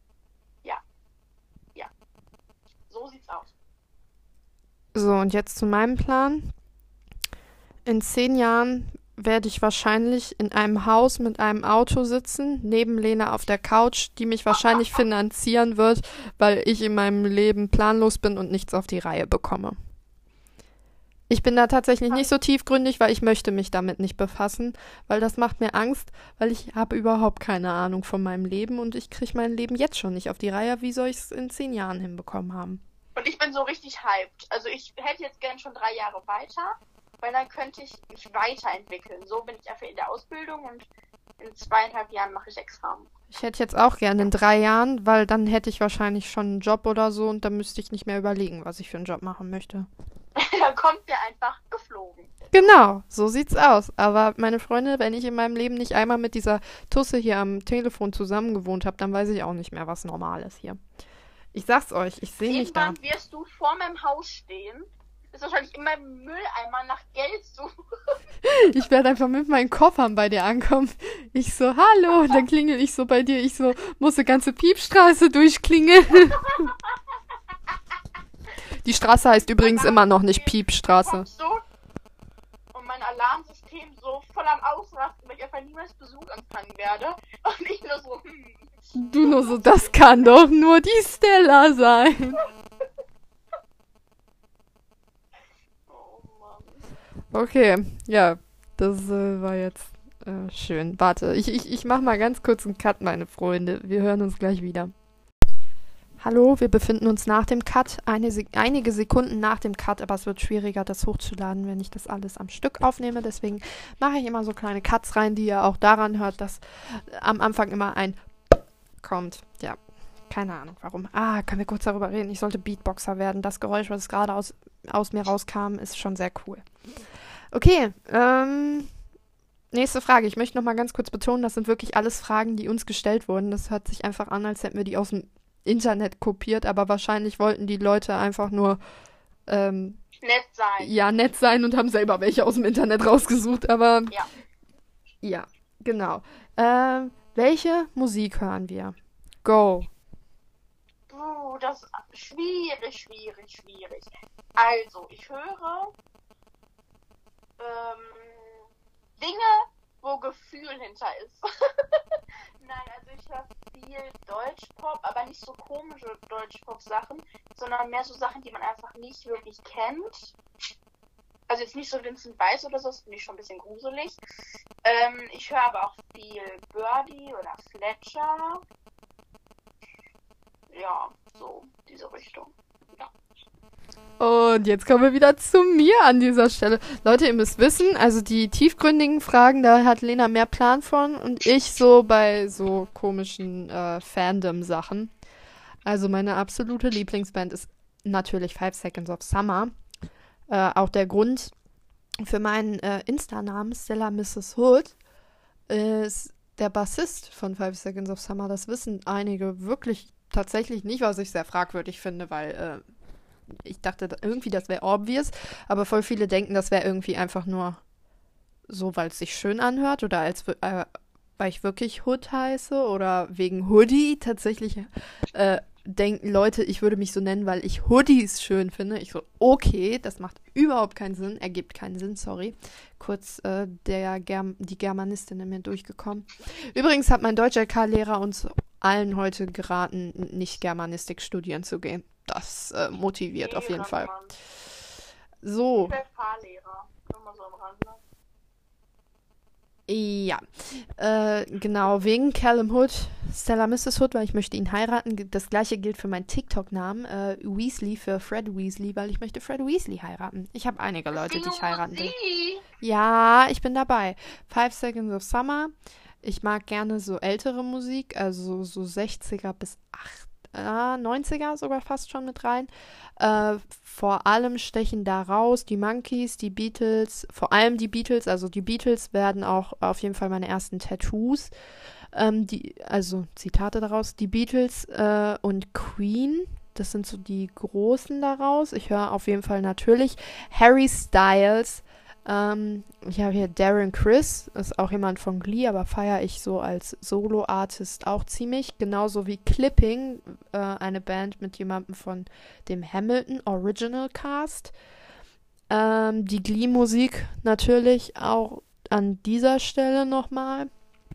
Ja, ja, so sieht's aus. So, und jetzt zu meinem Plan. In zehn Jahren werde ich wahrscheinlich in einem Haus mit einem Auto sitzen, neben Lena auf der Couch, die mich wahrscheinlich finanzieren wird, weil ich in meinem Leben planlos bin und nichts auf die Reihe bekomme. Ich bin da tatsächlich nicht so tiefgründig, weil ich möchte mich damit nicht befassen, weil das macht mir Angst, weil ich habe überhaupt keine Ahnung von meinem Leben und ich kriege mein Leben jetzt schon nicht auf die Reihe. Wie soll ich es in zehn Jahren hinbekommen haben? Und ich bin so richtig hyped. Also ich hätte jetzt gern schon drei Jahre weiter, weil dann könnte ich mich weiterentwickeln. So bin ich einfach in der Ausbildung und in zweieinhalb Jahren mache ich Examen. Ich hätte jetzt auch gerne in drei Jahren, weil dann hätte ich wahrscheinlich schon einen Job oder so und dann müsste ich nicht mehr überlegen, was ich für einen Job machen möchte. Dann kommt der einfach geflogen. Genau, so sieht's aus. Aber meine Freunde, wenn ich in meinem Leben nicht einmal mit dieser Tusse hier am Telefon zusammen gewohnt habe, dann weiß ich auch nicht mehr, was normal ist hier. Ich sag's euch, ich sehe mich da. Irgendwann wirst du vor meinem Haus stehen, ist wahrscheinlich in meinem Mülleimer nach Geld suchen. Ich werde einfach mit meinen Koffern bei dir ankommen. Ich so, hallo, und dann klingel ich so bei dir. Ich so, muss die ganze Piepstraße durchklingeln. Die Straße heißt übrigens immer noch nicht Piepstraße. So, und mein Alarmsystem so voll am Ausrasten, weil ich einfach niemals Besuch empfangen werde. Und ich nur so, hm. Du nur so, das kann doch nur die Stella sein. Oh Mann. Okay, ja, das äh, war jetzt äh, schön. Warte, ich, ich, ich mach mal ganz kurz einen Cut, meine Freunde. Wir hören uns gleich wieder. Hallo, wir befinden uns nach dem Cut, eine Se- einige Sekunden nach dem Cut, aber es wird schwieriger, das hochzuladen, wenn ich das alles am Stück aufnehme. Deswegen mache ich immer so kleine Cuts rein, die ihr auch daran hört, dass am Anfang immer ein kommt. Ja, keine Ahnung warum. Ah, können wir kurz darüber reden? Ich sollte Beatboxer werden. Das Geräusch, was gerade aus, aus mir rauskam, ist schon sehr cool. Okay, ähm... nächste Frage. Ich möchte noch mal ganz kurz betonen, das sind wirklich alles Fragen, die uns gestellt wurden. Das hört sich einfach an, als hätten wir die aus dem Internet kopiert, aber wahrscheinlich wollten die Leute einfach nur ähm, Nett sein. ja, nett sein und haben selber welche aus dem Internet rausgesucht, aber Ja. ja, genau. Ähm, welche Musik hören wir? Go. Puh, das ist schwierig, schwierig, schwierig. Also, ich höre ähm, Dinge, wo Gefühl hinter ist. Nein, also ich höre viel Deutschpop, aber nicht so komische Deutschpop-Sachen, sondern mehr so Sachen, die man einfach nicht wirklich kennt. Also jetzt nicht so Vincent Weiss oder so, das finde ich schon ein bisschen gruselig. Ähm, ich höre aber auch viel Birdie oder Fletcher. Ja, so diese Richtung. Ja. Und jetzt kommen wir wieder zu mir an dieser Stelle. Leute, ihr müsst wissen, also die tiefgründigen Fragen, da hat Lena mehr Plan von und ich so bei so komischen äh, Fandom-Sachen. Also meine absolute Lieblingsband ist natürlich Five Seconds of Summer. Äh, auch der Grund für meinen äh, Insta-Namen Stella Missus Hood ist der Bassist von Five Seconds of Summer. Das wissen einige wirklich tatsächlich nicht, was ich sehr fragwürdig finde, weil äh, ich dachte irgendwie, das wäre obvious, aber voll viele denken, das wäre irgendwie einfach nur so, weil es sich schön anhört oder als äh, weil ich wirklich Hood heiße oder wegen Hoodie. Tatsächlich äh, denken Leute, ich würde mich so nennen, weil ich Hoodies schön finde. Ich so, okay, das macht überhaupt keinen Sinn, ergibt keinen Sinn, sorry. Kurz äh, der Germ- die Germanistin in mir durchgekommen. Übrigens hat mein Deutsch-L K-Lehrer uns allen heute geraten, nicht Germanistik studieren zu gehen. Das äh, motiviert auf jeden Fall. Mann. So. Ich bin Fahrlehrer. Nur mal so am Rande. Ja, äh, genau, wegen Callum Hood, Stella Missus Hood, weil ich möchte ihn heiraten. Das gleiche gilt für meinen TikTok-Namen, äh, Weasley für Fred Weasley, weil ich möchte Fred Weasley heiraten. Ich habe einige Leute, die ich heiraten will. Ja, ich bin dabei. Five Seconds of Summer. Ich mag gerne so ältere Musik, also so sechziger bis acht, äh, neunziger sogar fast schon mit rein. Äh, vor allem stechen da raus die Monkees, die Beatles, vor allem die Beatles, also die Beatles werden auch auf jeden Fall meine ersten Tattoos. Ähm, die, also Zitate daraus, die Beatles äh, und Queen, das sind so die großen daraus. Ich höre auf jeden Fall natürlich Harry Styles, Ähm, ich habe hier Darren Criss, ist auch jemand von Glee, aber feiere ich so als Solo-Artist auch ziemlich. Genauso wie Clipping, äh, eine Band mit jemandem von dem Hamilton Original Cast. Ähm, die Glee-Musik natürlich auch an dieser Stelle nochmal.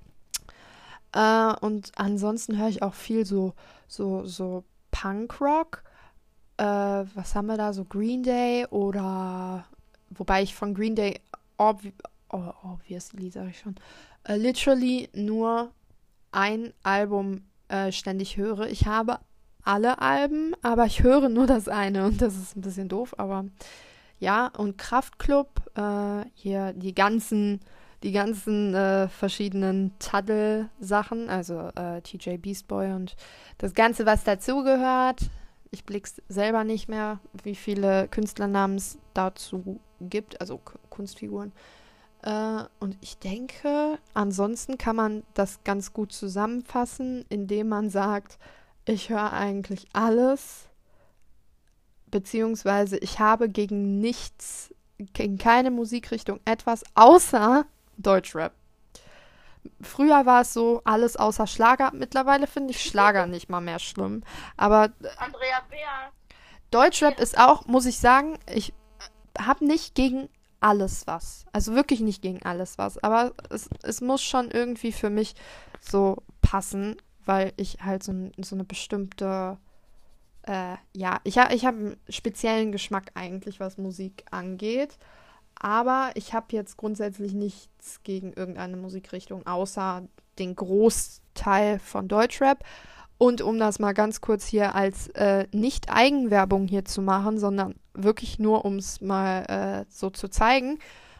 Äh, und ansonsten höre ich auch viel so, so, so Punkrock. Äh, was haben wir da? So Green Day oder wobei ich von Green Day obvi oh, obviously, sag ich schon, äh, literally nur ein Album äh, ständig höre. Ich habe alle Alben, aber ich höre nur das eine und das ist ein bisschen doof, aber ja, und Kraftklub, äh, hier die ganzen, die ganzen äh, verschiedenen Taddle-Sachen, also äh, T J Beast Boy und das Ganze, was dazugehört. Ich blick's selber nicht mehr, wie viele Künstlernamen es dazu gibt, also K Kunstfiguren. Äh, und ich denke, ansonsten kann man das ganz gut zusammenfassen, indem man sagt, ich höre eigentlich alles, beziehungsweise ich habe gegen nichts, gegen keine Musikrichtung etwas außer Deutschrap. Früher war es so, alles außer Schlager. Mittlerweile finde ich Schlager nicht mal mehr schlimm. Aber Andrea Bär. Deutschrap ist auch, muss ich sagen, ich habe nicht gegen alles was. Also wirklich nicht gegen alles was. Aber es, es muss schon irgendwie für mich so passen, weil ich halt so, so eine bestimmte, äh, ja, ich, ha, ich habe einen speziellen Geschmack eigentlich, was Musik angeht. Aber ich habe jetzt grundsätzlich nichts gegen irgendeine Musikrichtung, außer den Großteil von Deutschrap. Und um das mal ganz kurz hier als äh, nicht Eigenwerbung hier zu machen, sondern wirklich nur, um es mal äh, so zu zeigen,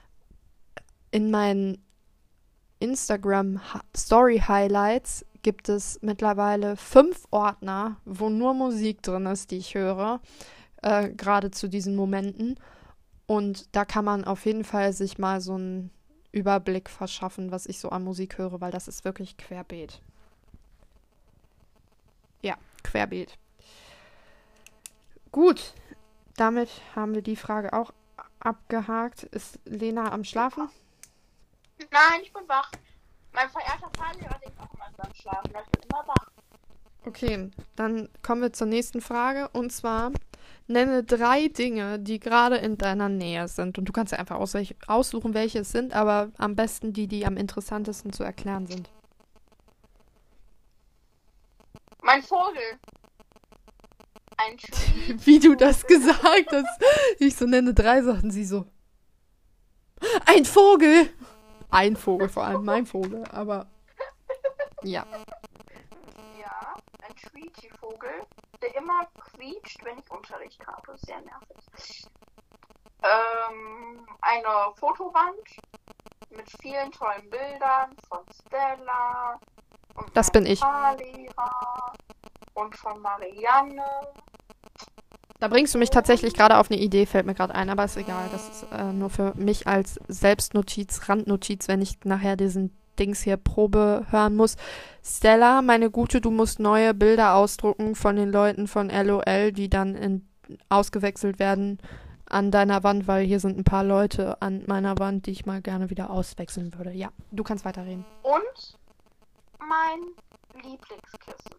in meinen Instagram-Story-Highlights gibt es mittlerweile fünf Ordner, wo nur Musik drin ist, die ich höre, äh, gerade zu diesen Momenten. Und da kann man auf jeden Fall sich mal so einen Überblick verschaffen, was ich so an Musik höre, weil das ist wirklich querbeet. Ja, querbeet. Gut, damit haben wir die Frage auch abgehakt. Ist Lena am Schlafen? Nein, ich bin wach. Mein verehrter Fahrlehrer denkt auch immer am Schlafen. Ich bin immer wach. Okay, dann kommen wir zur nächsten Frage. Und zwar, nenne drei Dinge, die gerade in deiner Nähe sind. Und du kannst ja einfach aus, aussuchen, welche es sind, aber am besten die, die am interessantesten zu erklären sind. Mein Vogel. Ein Tree. Wie du das gesagt hast. Ich so nenne drei Sachen, sie so. Ein Vogel! Ein Vogel, vor allem mein Vogel, aber ja. Ja, ein Tweety-Vogel, der immer quietscht, wenn ich Unterricht habe. Sehr nervig. Ähm, eine Fotowand mit vielen tollen Bildern von Stella und Das bin ich. Fahrlehrer und von Marianne. Da bringst du mich tatsächlich gerade auf eine Idee, fällt mir gerade ein, aber ist egal. Das ist äh, nur für mich als Selbstnotiz, Randnotiz, wenn ich nachher diesen Dings hier Probe hören muss. Stella, meine Gute, du musst neue Bilder ausdrucken von den Leuten von LOL, die dann in, ausgewechselt werden an deiner Wand, weil hier sind ein paar Leute an meiner Wand, die ich mal gerne wieder auswechseln würde. Ja, du kannst weiterreden. Und mein Lieblingskissen.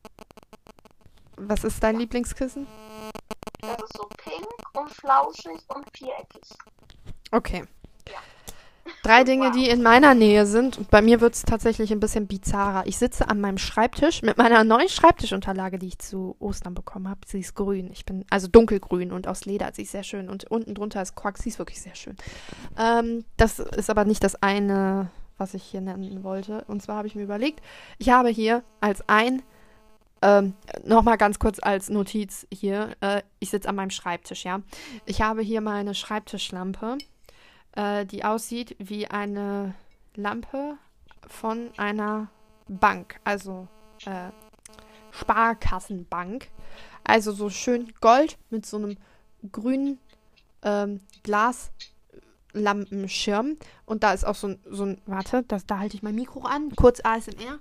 Was ist dein Lieblingskissen? Das ist so pink und flauschig und viereckig. Okay. Ja. Drei Dinge, Wow. die in meiner Nähe sind. Und bei mir wird es tatsächlich ein bisschen bizarrer. Ich sitze an meinem Schreibtisch mit meiner neuen Schreibtischunterlage, die ich zu Ostern bekommen habe. Sie ist grün. Ich bin, also dunkelgrün und aus Leder. Sie ist sehr schön. Und unten drunter ist Quark. Sie ist wirklich sehr schön. Ähm, das ist aber nicht das eine, was ich hier nennen wollte. Und zwar habe ich mir überlegt, ich habe hier als ein Ähm, nochmal ganz kurz als Notiz hier. Äh, ich sitze an meinem Schreibtisch, ja. Ich habe hier meine Schreibtischlampe, äh, die aussieht wie eine Lampe von einer Bank, also äh, Sparkassenbank. Also so schön Gold mit so einem grünen ähm, Glaslampenschirm. Und da ist auch so ein, so ein warte, das, da halte ich mein Mikro an, kurz A S M R.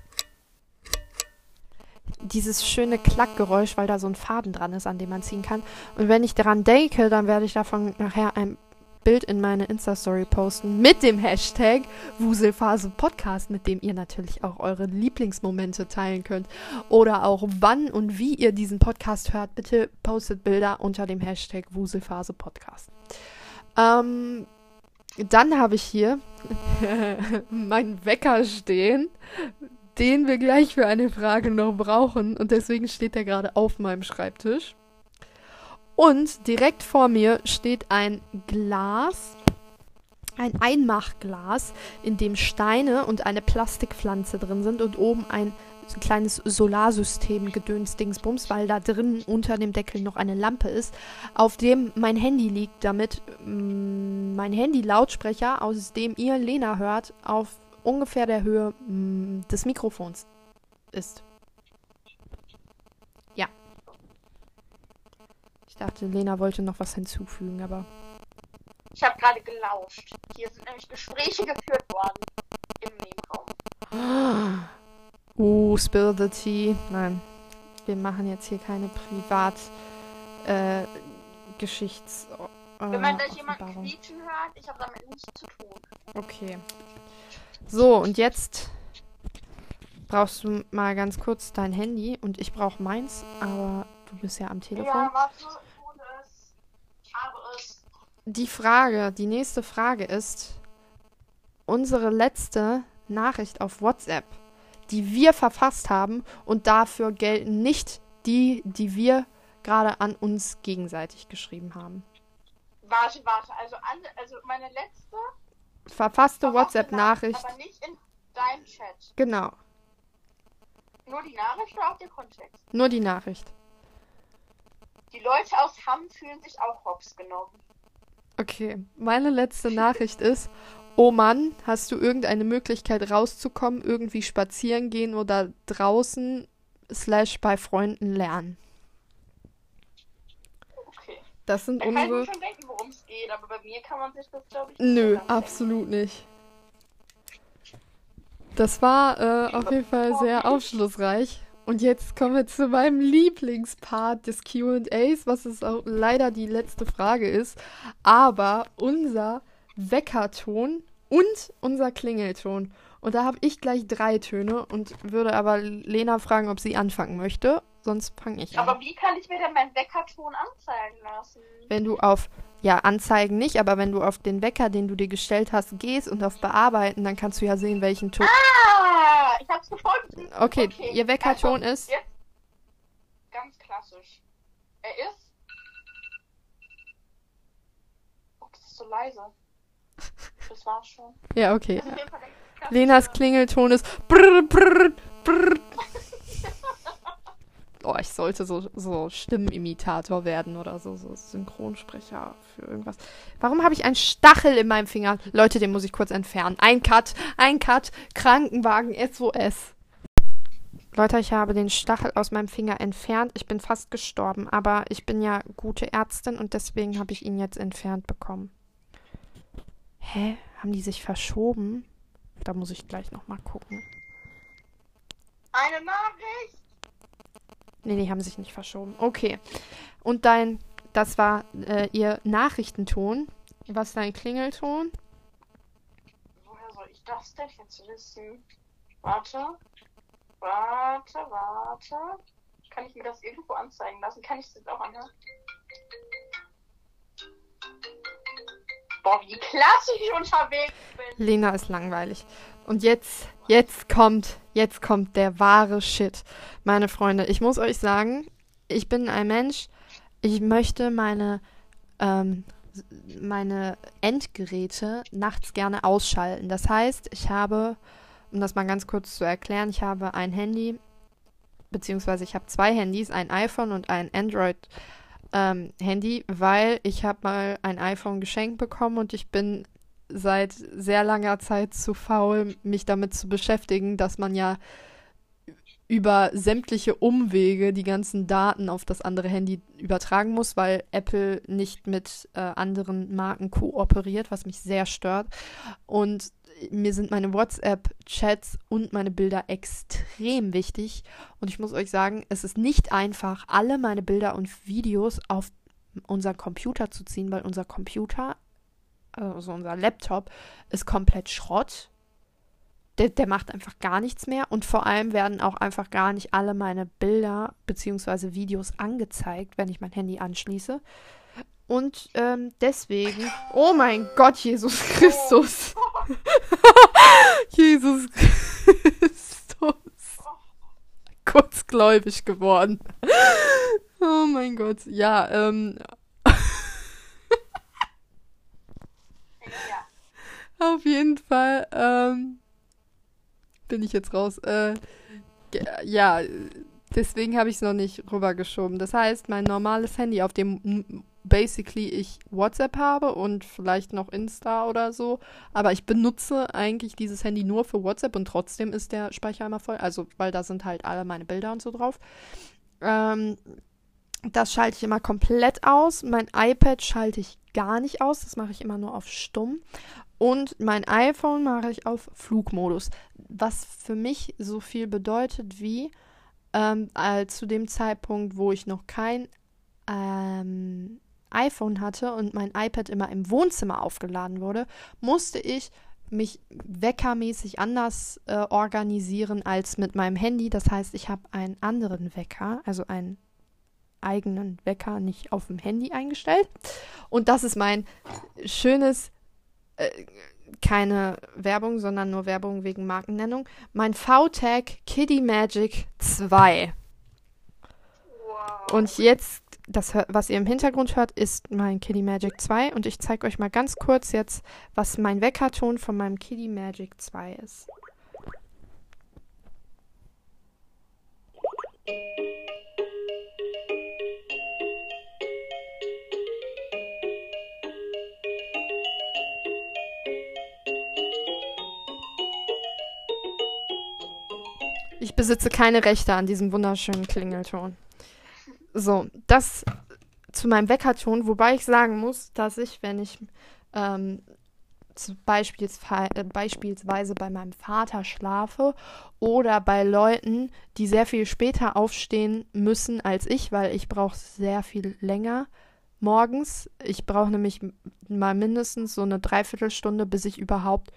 Dieses schöne Klackgeräusch, weil da so ein Faden dran ist, an dem man ziehen kann. Und wenn ich daran denke, dann werde ich davon nachher ein Bild in meine Insta-Story posten mit dem Hashtag Wuselphase Podcast, mit dem ihr natürlich auch eure Lieblingsmomente teilen könnt. Oder auch wann und wie ihr diesen Podcast hört. Bitte postet Bilder unter dem Hashtag Wuselphase Podcast. Ähm, dann habe ich hier meinen Wecker stehen, den wir gleich für eine Frage noch brauchen. Und deswegen steht der gerade auf meinem Schreibtisch. Und direkt vor mir steht ein Glas, ein Einmachglas, in dem Steine und eine Plastikpflanze drin sind und oben ein kleines Solarsystem Gedöns-Dingsbums, weil da drin unter dem Deckel noch eine Lampe ist, auf dem mein Handy liegt, damit mh, mein Handy-Lautsprecher, aus dem ihr Lena hört, auf ungefähr der Höhe mh, des Mikrofons ist. Ja. Ich dachte, Lena wollte noch was hinzufügen, aber... Ich habe gerade gelauscht. Hier sind nämlich Gespräche geführt worden im Nebenraum. Uh, spill the tea. Nein, wir machen jetzt hier keine Privat äh, Geschichts... Äh, Wenn man da jemanden quietschen hört, ich habe damit nichts zu tun. Okay. So, und jetzt brauchst du mal ganz kurz dein Handy und ich brauche meins, aber du bist ja am Telefon. Ja, warte, ich hole es. Ich habe es. Die Frage, die nächste Frage ist unsere letzte Nachricht auf WhatsApp, die wir verfasst haben, und dafür gelten nicht die, die wir gerade an uns gegenseitig geschrieben haben. Warte, warte, also, alle, also meine letzte verfasste WhatsApp-Nachricht. Aber nicht in deinem Chat. Genau. Nur die Nachricht oder auch der Kontext? Nur die Nachricht. Die Leute aus Hamm fühlen sich auch hops genommen. Okay, meine letzte Nachricht ist: Oh Mann, hast du irgendeine Möglichkeit rauszukommen, irgendwie spazieren gehen oder draußen slash bei Freunden lernen? Okay. Das sind Da unsere... kann ich mir schon denken, worum es geht, aber bei mir kann man sich das, glaube ich, nicht Nö, so ganz absolut nicht. Das war äh, auf jeden Fall sehr aufschlussreich. Und jetzt kommen wir zu meinem Lieblingspart des Q und A's, was es auch leider die letzte Frage ist. Aber unser Weckerton und unser Klingelton. Und da habe ich gleich drei Töne und würde aber Lena fragen, ob sie anfangen möchte. Sonst fange ich an. Aber wie kann ich mir denn meinen Weckerton anzeigen lassen? Wenn du auf, ja, anzeigen nicht, aber wenn du auf den Wecker, den du dir gestellt hast, gehst und auf Bearbeiten, dann kannst du ja sehen, welchen Ton... Ah, ich hab's gefunden. Okay, Okay, ihr Weckerton also, ist... Jetzt ganz klassisch. Er ist... Oh, das ist so leise. Das war's schon. Ja, okay. Das ist auf jeden Fall der klassische- Lenas Klingelton ist... Brrr, brrr, brrr. Oh, ich sollte so, so Stimmenimitator werden oder so, so Synchronsprecher für irgendwas. Warum habe ich einen Stachel in meinem Finger? Leute, den muss ich kurz entfernen. Ein Cut, ein Cut, Krankenwagen, S O S. Leute, ich habe den Stachel aus meinem Finger entfernt. Ich bin fast gestorben, aber ich bin ja gute Ärztin und deswegen habe ich ihn jetzt entfernt bekommen. Hä? Haben die sich verschoben? Da muss ich gleich nochmal gucken. Eine Nachricht! Nee, die haben sich nicht verschoben. Okay. Und dein, das war äh, ihr Nachrichtenton. Was ist dein Klingelton? Woher soll ich das denn jetzt wissen? Warte. Warte, warte. Kann ich mir das irgendwo anzeigen lassen? Kann ich das jetzt auch anhören? Boah, wie klassisch ich unterwegs bin. Lena ist langweilig. Und jetzt, jetzt kommt, jetzt kommt der wahre Shit. Meine Freunde, ich muss euch sagen, ich bin ein Mensch, ich möchte meine, ähm, meine Endgeräte nachts gerne ausschalten. Das heißt, ich habe, um das mal ganz kurz zu erklären, ich habe ein Handy, beziehungsweise ich habe zwei Handys, ein iPhone und ein Android ähm, Handy, weil ich habe mal ein iPhone geschenkt bekommen und ich bin seit sehr langer Zeit zu faul, mich damit zu beschäftigen, dass man ja über sämtliche Umwege die ganzen Daten auf das andere Handy übertragen muss, weil Apple nicht mit äh, anderen Marken kooperiert, was mich sehr stört. Und mir sind meine WhatsApp-Chats und meine Bilder extrem wichtig. Und ich muss euch sagen, es ist nicht einfach, alle meine Bilder und Videos auf unseren Computer zu ziehen, weil unser Computer also unser Laptop, ist komplett Schrott. Der, der macht einfach gar nichts mehr und vor allem werden auch einfach gar nicht alle meine Bilder bzw. Videos angezeigt, wenn ich mein Handy anschließe. Und ähm, deswegen, oh mein Gott, Jesus Christus. Jesus Christus. Kurzgläubig geworden. Oh mein Gott, ja, ähm. Ja. Auf jeden Fall, ähm. bin ich jetzt raus. Äh, ja, deswegen habe ich es noch nicht rübergeschoben. Das heißt, mein normales Handy, auf dem basically ich WhatsApp habe und vielleicht noch Insta oder so, aber ich benutze eigentlich dieses Handy nur für WhatsApp und trotzdem ist der Speicher immer voll, also weil da sind halt alle meine Bilder und so drauf. Ähm, das schalte ich immer komplett aus. Mein iPad schalte ich gar nicht aus, das mache ich immer nur auf Stumm. Und mein iPhone mache ich auf Flugmodus, was für mich so viel bedeutet wie ähm, äh, zu dem Zeitpunkt, wo ich noch kein ähm, iPhone hatte und mein iPad immer im Wohnzimmer aufgeladen wurde, musste ich mich weckermäßig anders äh, organisieren als mit meinem Handy. Das heißt, ich habe einen anderen Wecker, also einen eigenen Wecker, nicht auf dem Handy eingestellt. Und das ist mein schönes Äh, keine Werbung, sondern nur Werbung wegen Markennennung. Mein V TAG Kitty Magic zwei. Wow. Und jetzt, das, was ihr im Hintergrund hört, ist mein Kitty Magic zwei. Und ich zeige euch mal ganz kurz jetzt, was mein Weckerton von meinem Kitty Magic zwei ist. Ich besitze keine Rechte an diesem wunderschönen Klingelton. So, das zu meinem Weckerton, wobei ich sagen muss, dass ich, wenn ich ähm, beispielsweise, äh, beispielsweise bei meinem Vater schlafe oder bei Leuten, die sehr viel später aufstehen müssen als ich, weil ich brauche sehr viel länger morgens. Ich brauche nämlich mal mindestens so eine Dreiviertelstunde, bis ich überhaupt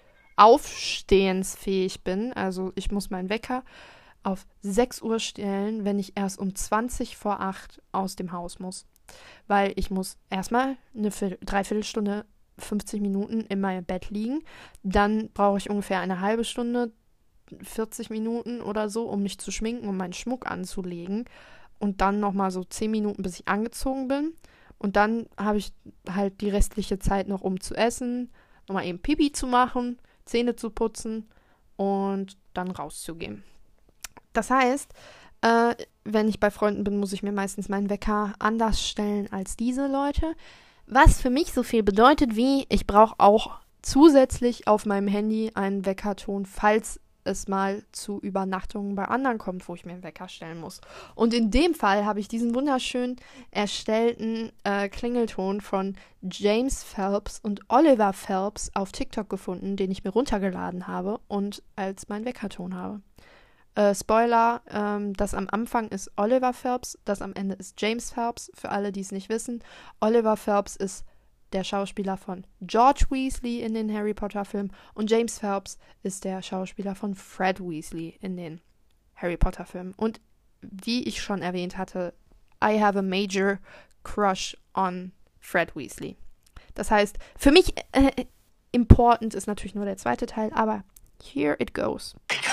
aufstehensfähig bin. Also ich muss meinen Wecker auf sechs Uhr stellen, wenn ich erst um zwanzig vor acht aus dem Haus muss. Weil ich muss erstmal eine Viertel, Dreiviertelstunde, fünfzig Minuten in meinem Bett liegen. Dann brauche ich ungefähr eine halbe Stunde, vierzig Minuten oder so, um mich zu schminken, um meinen Schmuck anzulegen. Und dann nochmal so zehn Minuten, bis ich angezogen bin. Und dann habe ich halt die restliche Zeit noch, um zu essen, nochmal eben Pipi zu machen, Zähne zu putzen und dann rauszugehen. Das heißt, äh, wenn ich bei Freunden bin, muss ich mir meistens meinen Wecker anders stellen als diese Leute. Was für mich so viel bedeutet wie, ich brauche auch zusätzlich auf meinem Handy einen Weckerton, falls es mal zu Übernachtungen bei anderen kommt, wo ich mir einen Wecker stellen muss. Und in dem Fall habe ich diesen wunderschön erstellten äh, Klingelton von James Phelps und Oliver Phelps auf TikTok gefunden, den ich mir runtergeladen habe und als meinen Weckerton habe. Äh, Spoiler, ähm, das am Anfang ist Oliver Phelps, das am Ende ist James Phelps, für alle, die es nicht wissen. Oliver Phelps ist der Schauspieler von George Weasley in den Harry Potter Filmen und James Phelps ist der Schauspieler von Fred Weasley in den Harry Potter Filmen. Und wie ich schon erwähnt hatte, I have a major crush on Fred Weasley. Das heißt, für mich äh, important ist natürlich nur der zweite Teil, aber here it goes. Wake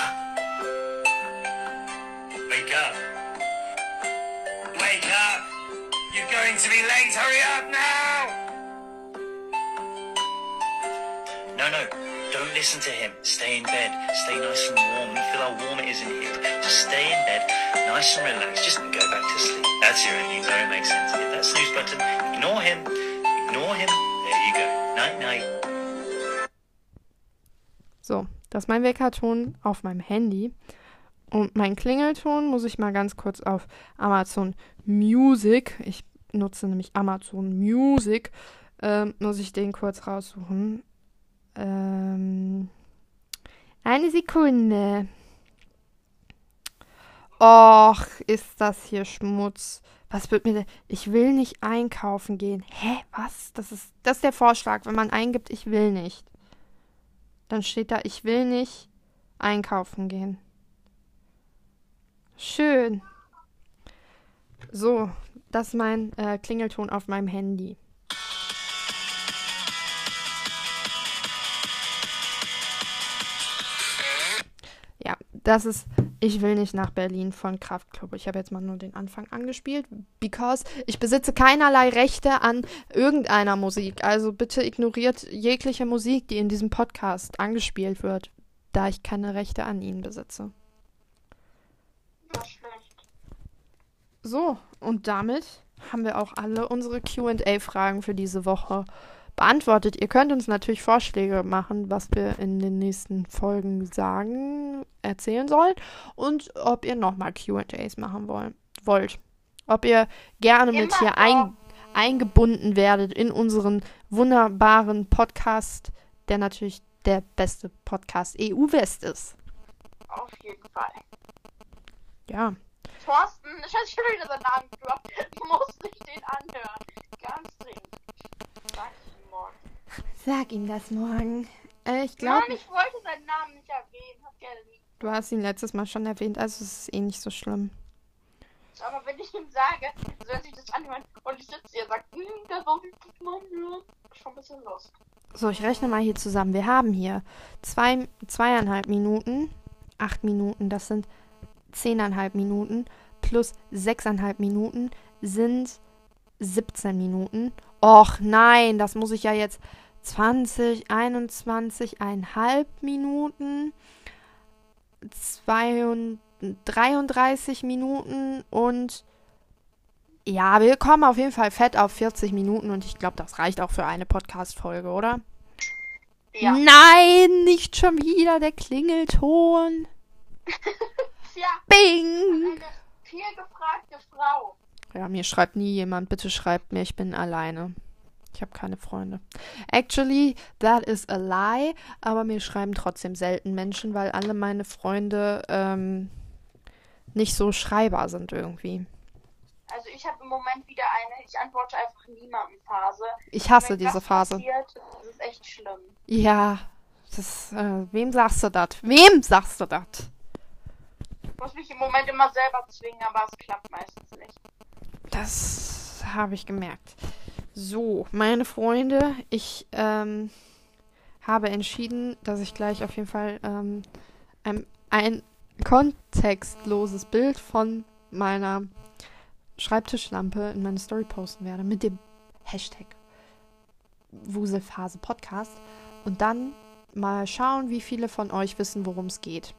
up. Wake up. You're going to be late. Hurry up now. No, no. Don't listen to him. Stay in bed. Stay nice and warm. You feel how warm it is in here. Just stay in bed, nice and relaxed. Just go back to sleep. That's your ending. So it makes sense. Hit that snooze button. Ignore him. Ignore him. There you go. Night, night. So, das ist mein Weckerton auf meinem Handy. Und mein Klingelton muss ich mal ganz kurz auf Amazon Music, ich nutze nämlich Amazon Music, ähm, muss ich den kurz raussuchen. Ähm, eine Sekunde. Och, ist das hier Schmutz. Was wird mir denn? Ich will nicht einkaufen gehen. Hä? Was? Das ist, das ist der Vorschlag, wenn man eingibt, ich will nicht. Dann steht da, ich will nicht einkaufen gehen. Schön. So, das ist mein äh, Klingelton auf meinem Handy. Ja, das ist Ich will nicht nach Berlin von Kraftklub. Ich habe jetzt mal nur den Anfang angespielt, because ich besitze keinerlei Rechte an irgendeiner Musik. Also bitte ignoriert jegliche Musik, die in diesem Podcast angespielt wird, da ich keine Rechte an ihnen besitze. Das ist schlecht. So, und damit haben wir auch alle unsere Q and A-Fragen für diese Woche beantwortet. Ihr könnt uns natürlich Vorschläge machen, was wir in den nächsten Folgen sagen, erzählen sollen und ob ihr nochmal Q and As machen wollen, wollt. Ob ihr gerne mit Immer hier ein, eingebunden werdet in unseren wunderbaren Podcast, der natürlich der beste Podcast E U-West ist. Auf jeden Fall. Ja. Thorsten, ich weiß schon wieder seinen Namen gedroppt. Du musst dich den anhören. Ganz dringend. Sag ich ihm morgen. Sag ihm das morgen. Äh, ich glaube, Nein, ich wollte seinen Namen nicht erwähnen. Hab gerne lieb. du hast ihn letztes Mal schon erwähnt, also es ist eh nicht so schlimm. Aber wenn ich ihm sage, soll sich das anhören und ich sitze hier und sage, hm, der soll sich das mal anhören. Schon ein bisschen Lust. So, ich rechne mal hier zusammen. Wir haben hier zwei, zweieinhalb Minuten, acht Minuten, das sind zehneinhalb Minuten, plus sechseinhalb Minuten sind siebzehn Minuten. Och nein, das muss ich ja jetzt zwanzig, einundzwanzig, eineinhalb Minuten, dreiunddreißig Minuten und ja, wir kommen auf jeden Fall fett auf vierzig Minuten und ich glaube, das reicht auch für eine Podcast-Folge, oder? Ja. Nein, nicht schon wieder der Klingelton. Tja, Bing! eine viel gefragte Frau. Ja, mir schreibt nie jemand, bitte schreibt mir, ich bin alleine. Ich habe keine Freunde. Actually, that is a lie, aber mir schreiben trotzdem selten Menschen, weil alle meine Freunde ähm, nicht so schreibbar sind irgendwie. Also ich habe im Moment wieder eine, ich antworte einfach niemandem Phase. Ich hasse Wenn diese das Phase. passiert, das ist echt schlimm. Ja, das, äh, wem sagst du das? Wem sagst du das? Ich muss mich im Moment immer selber zwingen, aber es klappt meistens nicht. Das habe ich gemerkt. So, meine Freunde, ich ähm, habe entschieden, dass ich gleich auf jeden Fall ähm, ein, ein kontextloses Bild von meiner Schreibtischlampe in meine Story posten werde mit dem Hashtag Wuselphase Podcast und dann mal schauen, wie viele von euch wissen, worum es geht.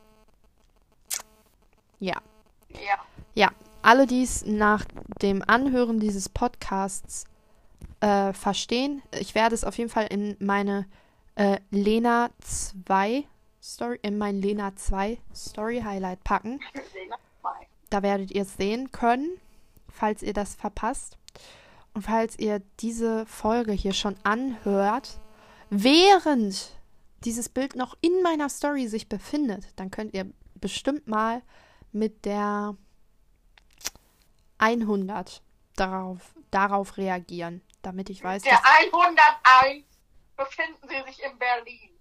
Ja. Ja. Ja, alle, die es nach dem Anhören dieses Podcasts äh, verstehen, ich werde es auf jeden Fall in meine äh, Lena zwei Story, in mein Lena zwei Story Highlight packen. Da werdet ihr es sehen können, falls ihr das verpasst. Und falls ihr diese Folge hier schon anhört, während dieses Bild noch in meiner Story sich befindet, dann könnt ihr bestimmt mal mit der hundert darauf, darauf reagieren, damit ich weiß, Der dass... hunderteins befinden Sie sich in Berlin.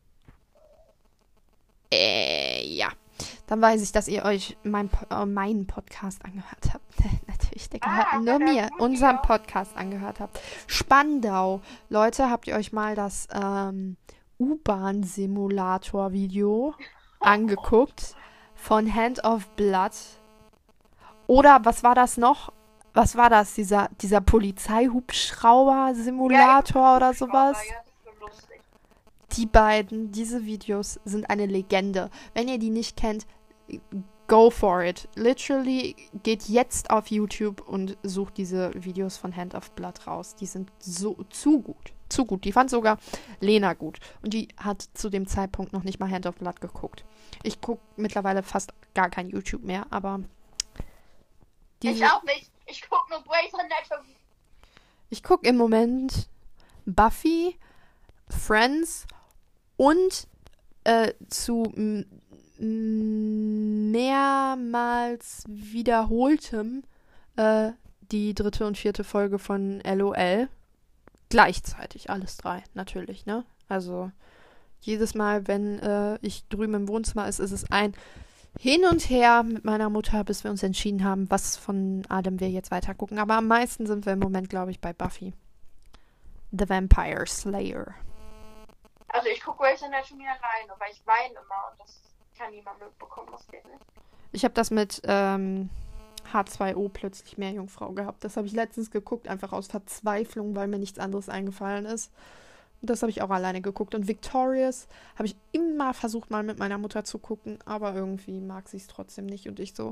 Äh, ja. Dann weiß ich, dass ihr euch mein, äh, meinen Podcast angehört habt. Natürlich, der gehört Ah, nur der mir. gut, Unseren ja. Podcast angehört habt. Spandau. Leute, habt ihr euch mal das ähm, U-Bahn-Simulator-Video angeguckt? Von Hand of Blood. Oder was war das noch? Was war das? Dieser, dieser Polizeihubschrauber-Simulator oder sowas? Ja, das ist so lustig. Die beiden, diese Videos sind eine Legende. Wenn ihr die nicht kennt, go for it. Literally geht jetzt auf YouTube und sucht diese Videos von Hand of Blood raus. Die sind so zu gut. Zu gut. Die fand sogar Lena gut. Und die hat zu dem Zeitpunkt noch nicht mal Hand of Blood geguckt. Ich gucke mittlerweile fast gar kein YouTube mehr, aber diese, Ich auch nicht. Ich guck nur Grey's Anatomy. ich gucke im Moment Buffy, Friends und äh, zu m- m- mehrmals wiederholtem äh, die dritte und vierte Folge von LOL. Gleichzeitig, alles drei, natürlich, ne? Also jedes Mal, wenn äh, ich drüben im Wohnzimmer ist, ist es ein Hin und Her mit meiner Mutter, bis wir uns entschieden haben, was von Adam wir jetzt weiter gucken. Aber am meisten sind wir im Moment, glaube ich, bei Buffy. The Vampire Slayer. Also ich gucke Grey's Anatomy alleine, weil ich weine immer und das kann niemand mitbekommen, das geht nicht. Ich habe das mit ähm, H zwei O plötzlich Meerjungfrau gehabt. Das habe ich letztens geguckt, einfach aus Verzweiflung, weil mir nichts anderes eingefallen ist. Und das habe ich auch alleine geguckt. Und Victorious habe ich immer versucht, mal mit meiner Mutter zu gucken, aber irgendwie mag sie es trotzdem nicht. Und ich so...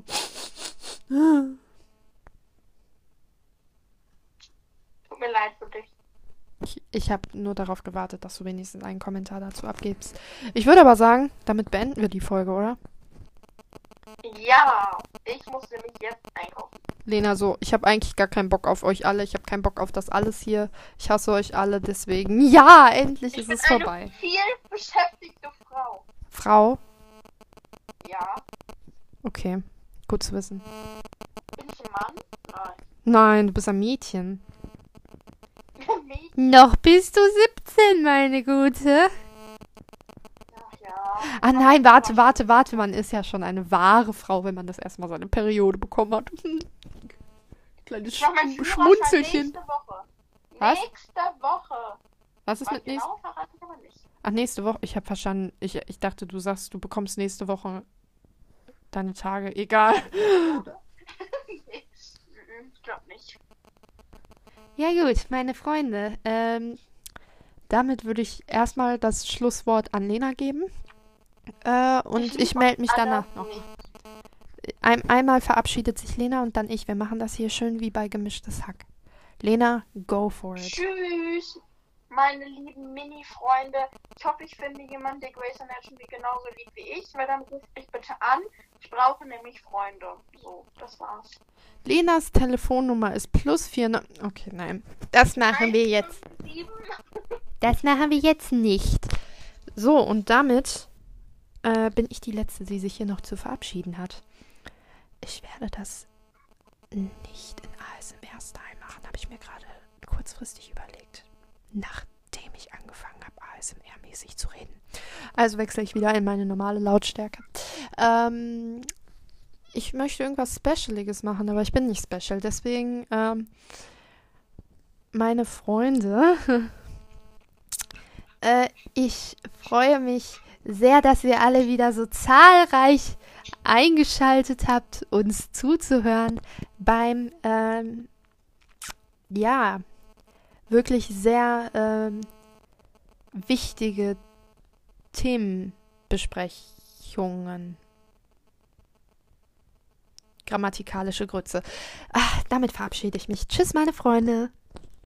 Tut mir leid für dich. Ich, ich habe nur darauf gewartet, dass du wenigstens einen Kommentar dazu abgibst. Ich würde aber sagen, damit beenden wir die Folge, oder? Ja, ich muss nämlich jetzt einkaufen. Lena, so, ich habe eigentlich gar keinen Bock auf euch alle. Ich habe keinen Bock auf das alles hier. Ich hasse euch alle, deswegen, ja, endlich Ich ist bin es eine vorbei. viel beschäftigte Frau. Frau? Ja. Okay, gut zu wissen. Bin ich ein Mann? Nein. Nein, du bist ein Mädchen. Mädchen? Noch bist du siebzehn, meine Gute. Ach ja. Ah nein, warte, warte, warte. Man ist ja schon eine wahre Frau, wenn man das erstmal seine Periode bekommen hat. Kleines Ich mach meinen Sch Führerschein Schmunzelchen. nächste Woche. Was? Nächste Woche. Was ist Was mit nächste genau verrate ich aber nicht. Ach, nächste Woche. Ich habe verstanden. Ich, ich dachte, du sagst, du bekommst nächste Woche deine Tage. Egal. Nee, ich glaube nicht. Ja gut, meine Freunde. Ähm, damit würde ich erstmal das Schlusswort an Lena geben. Äh, und ich melde mich danach noch. Ein, einmal verabschiedet sich Lena und dann ich. Wir machen das hier schön wie bei Gemischtes Hack. Lena, go for it. Tschüss, meine lieben Mini-Freunde. Ich hoffe, ich finde jemanden, der Grey's Anatomy genauso liebt wie ich, weil dann ruft mich bitte an. Ich brauche nämlich Freunde. So, das war's. Lenas Telefonnummer ist plus vier. Ne- okay, nein. Das machen wir jetzt. Sieben. Das machen wir jetzt nicht. So, und damit äh, bin ich die Letzte, die sich hier noch zu verabschieden hat. Ich werde das nicht in A S M R-Style machen, habe ich mir gerade kurzfristig überlegt. Nachdem ich angefangen habe, A S M R-mäßig zu reden. Also wechsle ich wieder in meine normale Lautstärke. Ähm, ich möchte irgendwas Specialiges machen, aber ich bin nicht special. Deswegen, ähm, meine Freunde, äh, ich freue mich sehr, dass ihr alle wieder so zahlreich eingeschaltet habt, uns zuzuhören beim, ähm, ja, wirklich sehr ähm, wichtige Themenbesprechungen. Grammatikalische Grütze. Ach, damit verabschiede ich mich. Tschüss, meine Freunde.